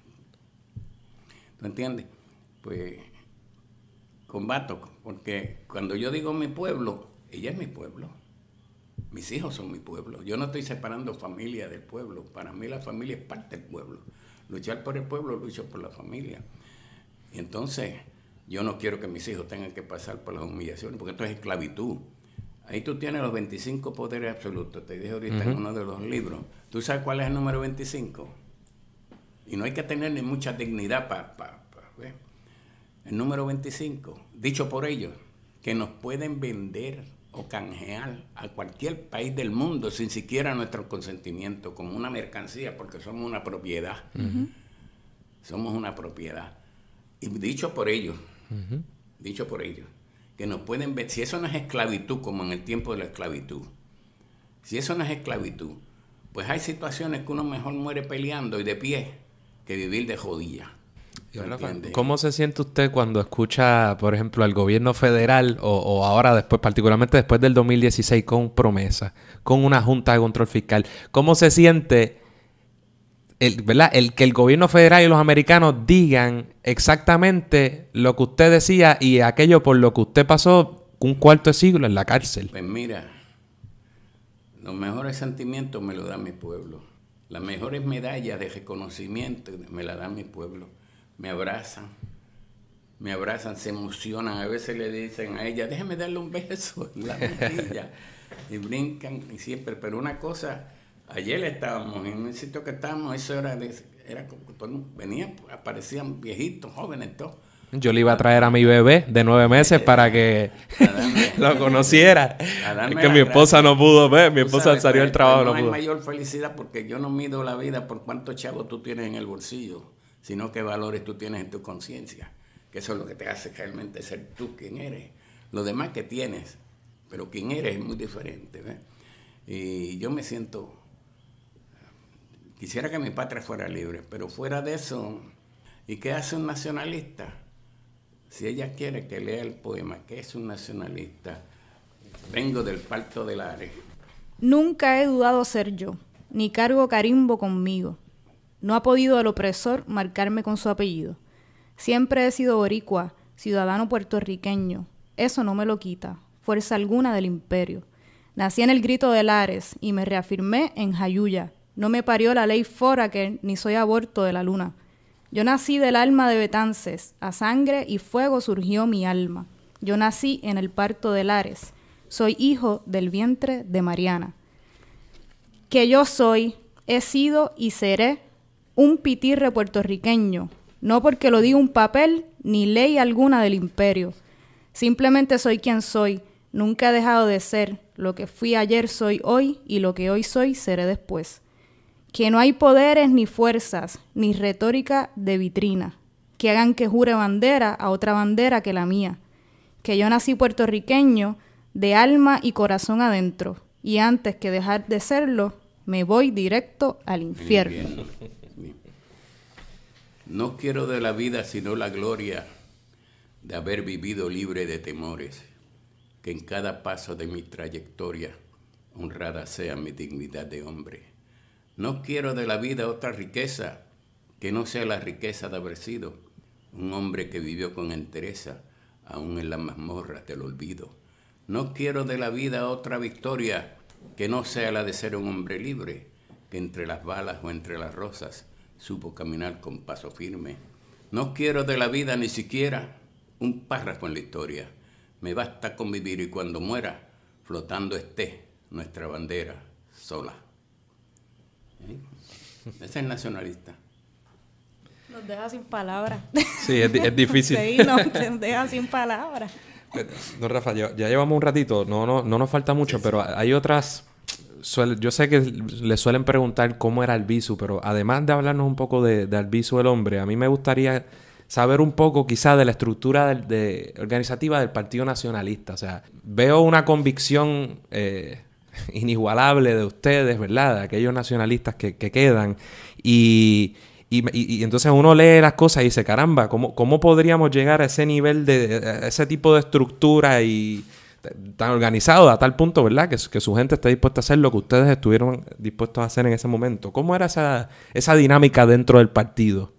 ¿tú entiendes? Pues combato, porque cuando yo digo mi pueblo, ella es mi pueblo, mis hijos son mi pueblo. Yo no estoy separando familia del pueblo, para mí la familia es parte del pueblo. Luchar por el pueblo, lucho por la familia. Y entonces, yo no quiero que mis hijos tengan que pasar por las humillaciones, porque esto es esclavitud. Ahí tú tienes los 25 poderes absolutos, te dije ahorita en uno de los libros. ¿Tú sabes cuál es el número 25? Y no hay que tener ni mucha dignidad para ver. El número 25, dicho por ellos, que nos pueden vender o canjear a cualquier país del mundo sin siquiera nuestro consentimiento, como una mercancía, porque somos una propiedad. Somos una propiedad. Y dicho por ellos, que nos pueden ver, si eso no es esclavitud, como en el tiempo de la esclavitud, si eso no es esclavitud, pues hay situaciones que uno mejor muere peleando y de pie que vivir de rodillas. ¿Cómo se siente usted cuando escucha, por ejemplo, al gobierno federal o ahora después, particularmente después del 2016, con promesa, con una junta de control fiscal? ¿Cómo se siente ¿verdad? Que el gobierno federal y los americanos digan exactamente lo que usted decía y aquello por lo que usted pasó un cuarto de siglo en la cárcel? Pues mira, los mejores sentimientos me los da mi pueblo. Las mejores medallas de reconocimiento me las da mi pueblo. Me abrazan, se emocionan. A veces le dicen a ella, déjame darle un beso en la mejilla. Y brincan, y siempre. Pero una cosa, ayer estábamos en un sitio que estábamos, eso era como, venían, aparecían viejitos, jóvenes, todos. Yo le iba a traer a mi bebé de 9 meses para que lo conociera. Es que mi esposa no pudo ver, mi esposa salió del trabajo. No hay mayor felicidad porque yo no mido la vida por cuántos chavos tú tienes en el bolsillo, sino qué valores tú tienes en tu conciencia, que eso es lo que te hace realmente ser tú quien eres. Lo demás que tienes, pero quien eres es muy diferente, ¿ves? Y yo me siento, quisiera que mi patria fuera libre, pero fuera de eso, ¿y qué hace un nacionalista? Si ella quiere que lea el poema, ¿qué es un nacionalista? Vengo del Parto de Lares. Nunca he dudado ser yo, ni cargo carimbo conmigo. No ha podido el opresor marcarme con su apellido. Siempre he sido boricua, ciudadano puertorriqueño. Eso no me lo quita, fuerza alguna del imperio. Nací en el Grito de Lares y me reafirmé en Jayuya. No me parió la ley Foraker, ni soy aborto de la luna. Yo nací del alma de Betances, a sangre y fuego surgió mi alma. Yo nací en el Parto de Lares, soy hijo del vientre de Mariana. Que yo soy, he sido y seré un pitirre puertorriqueño, no porque lo diga un papel ni ley alguna del imperio. Simplemente soy quien soy, nunca he dejado de ser, lo que fui ayer soy hoy y lo que hoy soy seré después. Que no hay poderes ni fuerzas, ni retórica de vitrina, que hagan que jure bandera a otra bandera que la mía. Que yo nací puertorriqueño de alma y corazón adentro, y antes que dejar de serlo, me voy directo al infierno. No quiero de la vida sino la gloria de haber vivido libre de temores, que en cada paso de mi trayectoria honrada sea mi dignidad de hombre. No quiero de la vida otra riqueza que no sea la riqueza de haber sido un hombre que vivió con entereza, aún en las mazmorras del olvido. No quiero de la vida otra victoria que no sea la de ser un hombre libre, que entre las balas o entre las rosas supo caminar con paso firme. No quiero de la vida ni siquiera un párrafo en la historia. Me basta con vivir y cuando muera, flotando esté nuestra bandera sola. Ese es el nacionalista. Nos deja sin palabras. Sí, es difícil. Sí, nos deja sin palabras. No, Rafa, ya llevamos un ratito, no nos falta mucho, sí, pero hay otras... yo sé que le suelen preguntar cómo era Albizu, pero además de hablarnos un poco de Albizu el hombre, a mí me gustaría saber un poco quizá de la estructura organizativa del Partido Nacionalista. O sea, veo una convicción inigualable de ustedes, ¿verdad? De aquellos nacionalistas que quedan. Y entonces uno lee las cosas y dice, caramba, ¿cómo podríamos llegar a ese nivel a ese tipo de estructura y tan organizado a tal punto, ¿verdad? Que su gente esté dispuesta a hacer lo que ustedes estuvieron dispuestos a hacer en ese momento. ¿Cómo era esa dinámica dentro del partido?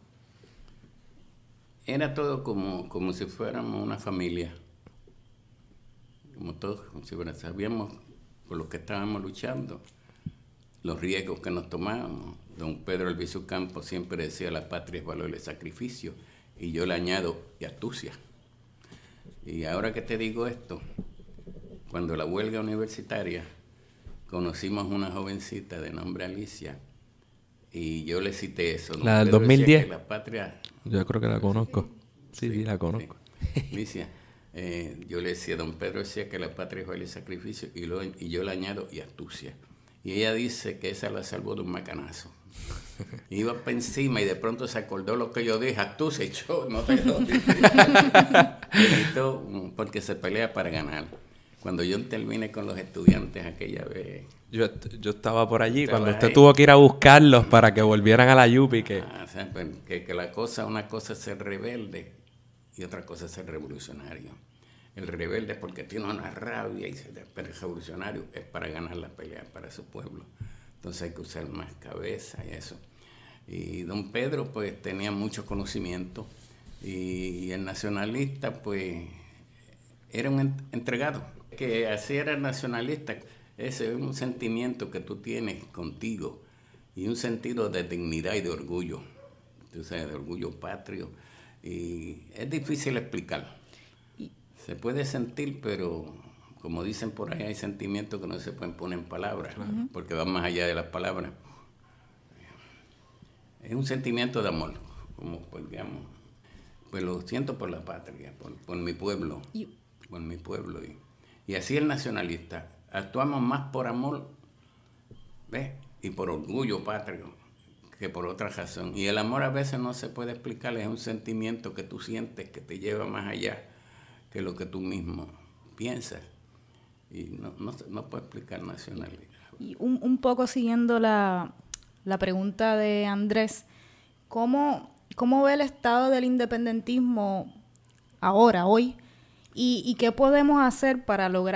Era todo como si fuéramos una familia. Como todos, como si sabíamos por lo que estábamos luchando, los riesgos que nos tomábamos. Don Pedro Albizu Campos siempre decía la patria es valor y sacrificio, y yo le añado y astucia. Y ahora que te digo esto, cuando la huelga universitaria conocimos una jovencita de nombre Alicia y yo le cité eso. La del 2010. La patria... Yo creo que la conozco. Sí, la conozco. Sí. Alicia, yo le decía, don Pedro decía que la patria es valor y sacrificio y yo le añado y astucia. Y ella dice que esa la salvó de un macanazo. Iba para encima y de pronto se acordó lo que yo dije, astucia, y yo no te lo dije. Porque se pelea para ganar. Cuando yo terminé con los estudiantes aquella vez... Yo estaba por allí cuando usted tuvo que ir a buscarlos para que volvieran a la Yupi. O sea, pues, que una cosa es ser rebelde y otra cosa es ser revolucionario. El rebelde es porque tiene una rabia, pero el revolucionario es para ganar la pelea para su pueblo. Entonces hay que usar más cabeza y eso. Y don Pedro pues tenía mucho conocimiento y el nacionalista pues era un entregado. Que así era el nacionalista. Ese es un sentimiento que tú tienes contigo y un sentido de dignidad y de orgullo. Tú sabes, de orgullo patrio. Y es difícil explicar. Se puede sentir, pero como dicen por ahí, hay sentimientos que no se pueden poner en palabras, porque van más allá de las palabras. Es un sentimiento de amor, como pues, digamos, pues lo siento por la patria, por mi pueblo, por mi pueblo. Y así el nacionalista, actuamos más por amor, ¿ves? Y por orgullo patrio que por otra razón. Y el amor a veces no se puede explicar, es un sentimiento que tú sientes que te lleva más allá que lo que tú mismo piensas. Y no puedo explicar nacionalidad. Y un poco siguiendo la pregunta de Andrés, ¿cómo ve el estado del independentismo ahora, hoy? ¿Y qué podemos hacer para lograr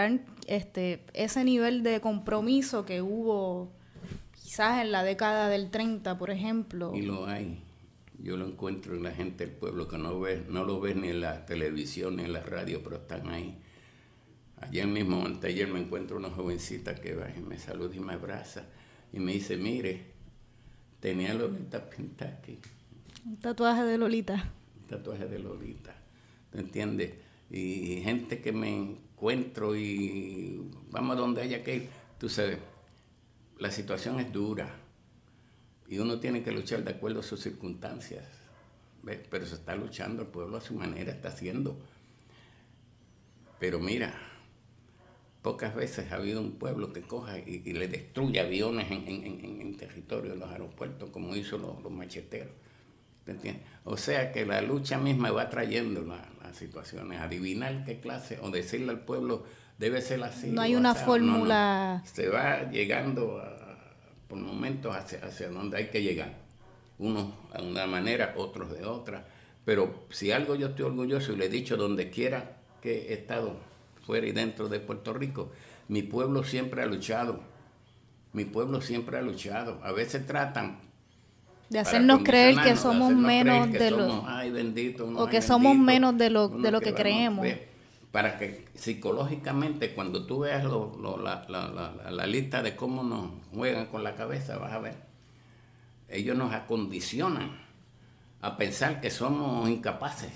ese nivel de compromiso que hubo quizás en la década del 30, por ejemplo. Y lo hay. Yo lo encuentro en la gente del pueblo que no lo ves ni en la televisión ni en la radio, pero están ahí. Ayer mismo, anteayer, me encuentro una jovencita que va y me saluda y me abraza y me dice, mire, tenía Lolita pintada aquí. Un tatuaje de Lolita. Un tatuaje de Lolita, ¿te entiendes? Y gente que me encuentro y vamos a donde haya que ir. Tú sabes, la situación es dura y uno tiene que luchar de acuerdo a sus circunstancias, ¿ves? Pero se está luchando, el pueblo a su manera está haciendo. Pero mira, pocas veces ha habido un pueblo que coja y le destruye aviones en territorio de los aeropuertos, como hizo los macheteros. ¿Te entiendes? O sea que la lucha misma va trayendo las situaciones. Adivinar qué clase, o decirle al pueblo, debe ser así. No hay una fórmula. No. Se va llegando por momentos hacia donde hay que llegar. Unos de una manera, otros de otra. Pero si algo yo estoy orgulloso, y le he dicho donde quiera que he estado, fuera y dentro de Puerto Rico, mi pueblo siempre ha luchado. Mi pueblo siempre ha luchado. A veces tratan de hacernos creer que somos menos de lo... Ay, bendito, o que somos menos de lo que creemos. Para que psicológicamente, cuando tú veas la lista de cómo nos juegan con la cabeza, vas a ver, ellos nos acondicionan a pensar que somos incapaces,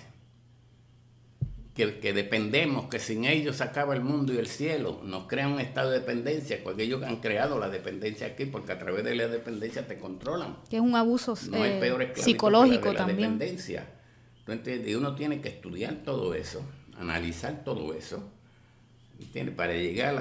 que dependemos, que sin ellos se acaba el mundo y el cielo. Nos crean un estado de dependencia, porque ellos han creado la dependencia aquí, porque a través de la dependencia te controlan. Que es un abuso no hay peor psicológico que la también. Dependencia. Entonces, y uno tiene que estudiar todo eso, analizar todo eso, ¿entiendes? Para llegar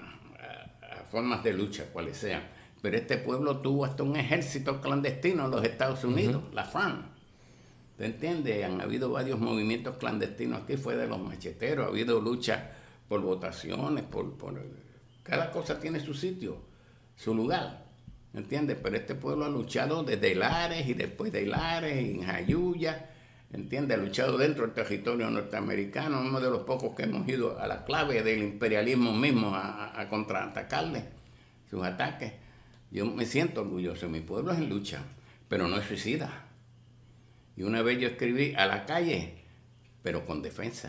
a formas de lucha, cuales sean. Pero este pueblo tuvo hasta un ejército clandestino en los Estados Unidos, la FARC. ¿Te entiendes? Han habido varios movimientos clandestinos aquí, fue de los macheteros, ha habido lucha por votaciones, cada cosa tiene su sitio, su lugar, ¿entiendes? Pero este pueblo ha luchado desde Lares y después de Lares, en Jayuya, ¿entiendes? Ha luchado dentro del territorio norteamericano, uno de los pocos que hemos ido a la clave del imperialismo mismo a contraatacarle sus ataques. Yo me siento orgulloso, mi pueblo es en lucha, pero no es suicida. Y una vez yo escribí a la calle, pero con defensa.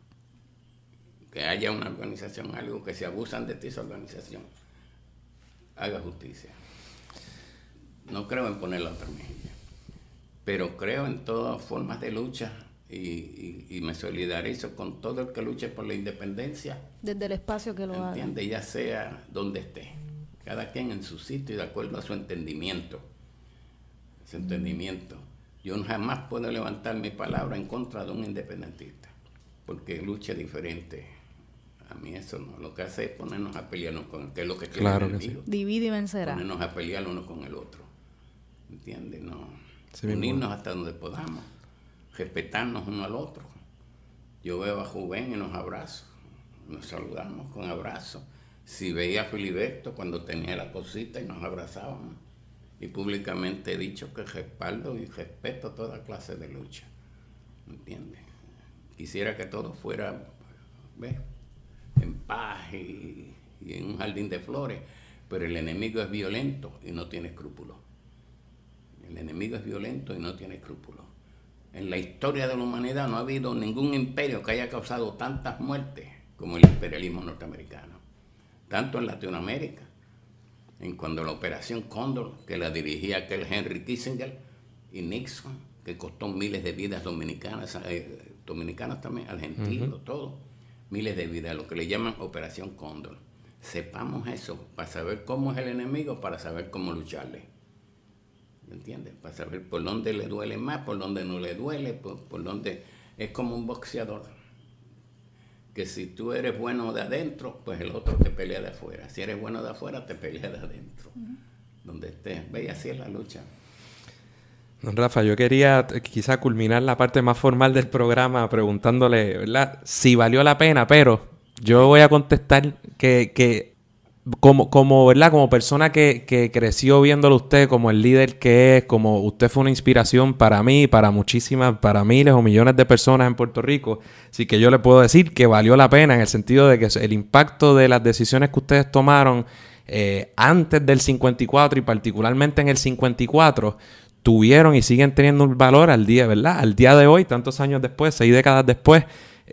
Que haya una organización, algo que se abusan de ti, esa organización haga justicia. No creo en poner la otra mejilla, pero creo en todas formas de lucha y me solidarizo con todo el que luche por la independencia. Desde el espacio que lo haga. ¿Entiende? Ya sea donde esté. Cada quien en su sitio y de acuerdo a su entendimiento. Ese entendimiento. Yo jamás puedo levantar mi palabra en contra de un independentista, porque lucha diferente. A mí eso no. Lo que hace es ponernos a pelearnos con el que es lo que quiere el enemigo. Sí. Divide y vencerá. Ponernos a pelear uno con el otro. ¿Entiendes? No. Sí, unirnos hasta donde podamos. Respetarnos uno al otro. Yo veo a Juven y nos abrazo. Nos saludamos con abrazos. Si veía a Filiberto cuando tenía la cosita y nos abrazábamos. Y públicamente he dicho que respaldo y respeto toda clase de lucha. ¿Entiendes? Quisiera que todo fuera, ¿ves?, en paz y en un jardín de flores, pero el enemigo es violento y no tiene escrúpulos. El enemigo es violento y no tiene escrúpulos. En la historia de la humanidad no ha habido ningún imperio que haya causado tantas muertes como el imperialismo norteamericano. Tanto en Latinoamérica, en cuando la Operación Cóndor, que la dirigía aquel Henry Kissinger, y Nixon, que costó miles de vidas dominicanas también, argentinos, todo, miles de vidas, lo que le llaman Operación Cóndor. Sepamos eso, para saber cómo es el enemigo, para saber cómo lucharle. ¿Me entiendes? Para saber por dónde le duele más, por dónde no le duele, por dónde... Es como un boxeador, que si tú eres bueno de adentro, pues el otro te pelea de afuera. Si eres bueno de afuera, te pelea de adentro. Donde estés. Ve, y así es la lucha. Don Rafa, yo quería quizá culminar la parte más formal del programa preguntándole, ¿verdad?, si valió la pena, pero yo voy a contestar que ¿verdad? Como persona que creció viéndolo usted, como el líder que es, como usted fue una inspiración para mí, para miles o millones de personas en Puerto Rico. Así que yo le puedo decir que valió la pena en el sentido de que el impacto de las decisiones que ustedes tomaron antes del 54 y particularmente en el 54 tuvieron y siguen teniendo un valor al día, ¿verdad? Al día de hoy, tantos años después, 6 décadas después.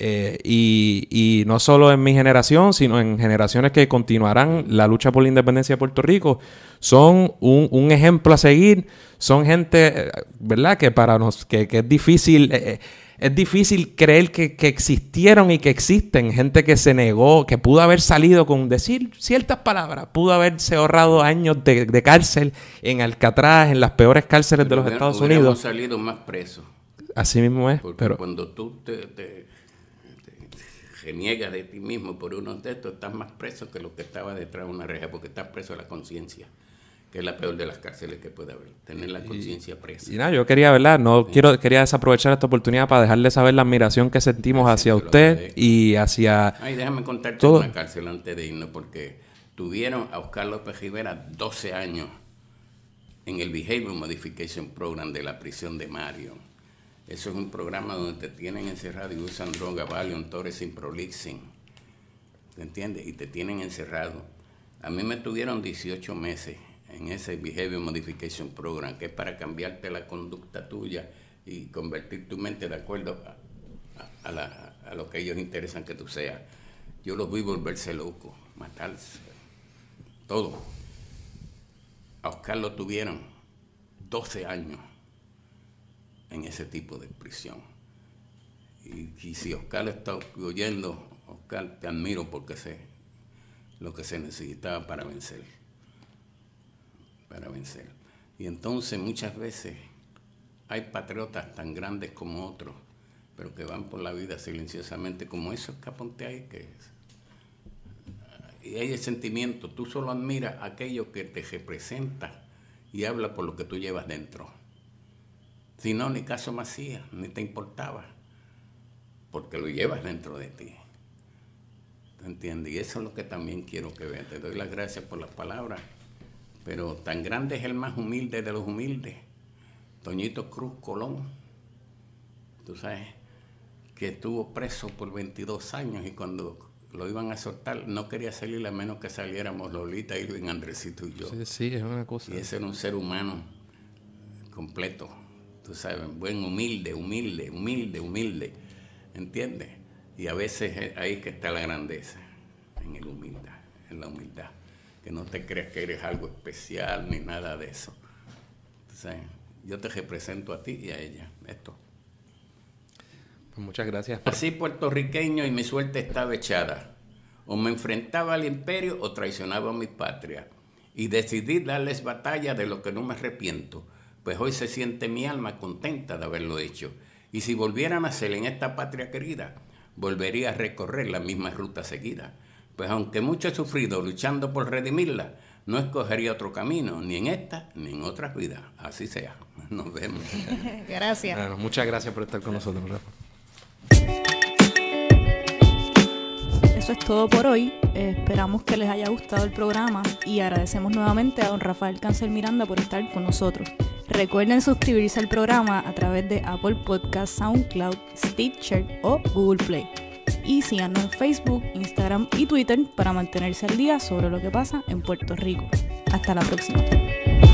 Y no solo en mi generación, sino en generaciones que continuarán la lucha por la independencia de Puerto Rico, son un ejemplo a seguir. Son gente, ¿verdad? Que para nos que es difícil creer que existieron y que existen. Gente que se negó, que pudo haber salido con decir ciertas palabras, pudo haberse ahorrado años de cárcel en Alcatraz, en las peores cárceles de los Estados Unidos. Hubiéramos salido más presos. Así mismo es. Porque pero cuando tú te reniegas de ti mismo por uno de estos, estás más preso que lo que estaba detrás de una reja, porque estás preso de la conciencia, que es la peor de las cárceles que puede haber, tener la conciencia presa. Y nada, yo quería, ¿verdad? Quería desaprovechar esta oportunidad para dejarle saber la admiración que sentimos hacia usted y hacia... Ay, déjame contarte todo. Una cárcel antes de irnos, porque tuvieron a Oscar López Rivera 12 años en el Behavior Modification Program de la prisión de Marion. Eso es un programa donde te tienen encerrado y usan droga, Valium, Torres, Prolixin. ¿Te entiendes? Y te tienen encerrado. A mí me tuvieron 18 meses en ese Behavior Modification Program, que es para cambiarte la conducta tuya y convertir tu mente de acuerdo a lo que ellos interesan que tú seas. Yo los vi volverse locos, matarse, todo. A Oscar lo tuvieron 12 años en ese tipo de prisión. Y si Oscar está oyendo, Oscar, te admiro porque sé lo que se necesitaba para vencer. Y entonces muchas veces hay patriotas tan grandes como otros, pero que van por la vida silenciosamente, como esos que apunté ahí, y hay el sentimiento, tú solo admiras aquello que te representa y habla por lo que tú llevas dentro. Si no, ni caso me hacía, ni te importaba, porque lo llevas dentro de ti. ¿Te entiendes? Y eso es lo que también quiero que veas. Te doy las gracias por las palabras, pero tan grande es el más humilde de los humildes, Toñito Cruz Colón. Tú sabes que estuvo preso por 22 años y cuando lo iban a soltar no quería salir a menos que saliéramos Lolita, Irving, Andresito y yo. Sí, es una cosa. Y ese era un ser humano completo. Tú sabes, buen humilde, ¿entiendes? Y a veces ahí es que está la grandeza, en la humildad. Que no te creas que eres algo especial ni nada de eso. Tú sabes, yo te represento a ti y a ella, esto. Pues muchas gracias. Así puertorriqueño y mi suerte estaba echada. O me enfrentaba al imperio o traicionaba a mi patria. Y decidí darles batalla de lo que no me arrepiento. Pues hoy se siente mi alma contenta de haberlo hecho. Y si volviera a nacer en esta patria querida, volvería a recorrer la misma ruta seguida. Pues aunque mucho he sufrido luchando por redimirla, no escogería otro camino, ni en esta, ni en otras vidas. Así sea. Nos vemos. Gracias. Bueno, muchas gracias por estar con nosotros, Rafa. Eso es todo por hoy. Esperamos que les haya gustado el programa y agradecemos nuevamente a don Rafael Cancel Miranda por estar con nosotros. Recuerden suscribirse al programa a través de Apple Podcasts, SoundCloud, Stitcher o Google Play. Y síganos en Facebook, Instagram y Twitter para mantenerse al día sobre lo que pasa en Puerto Rico. Hasta la próxima.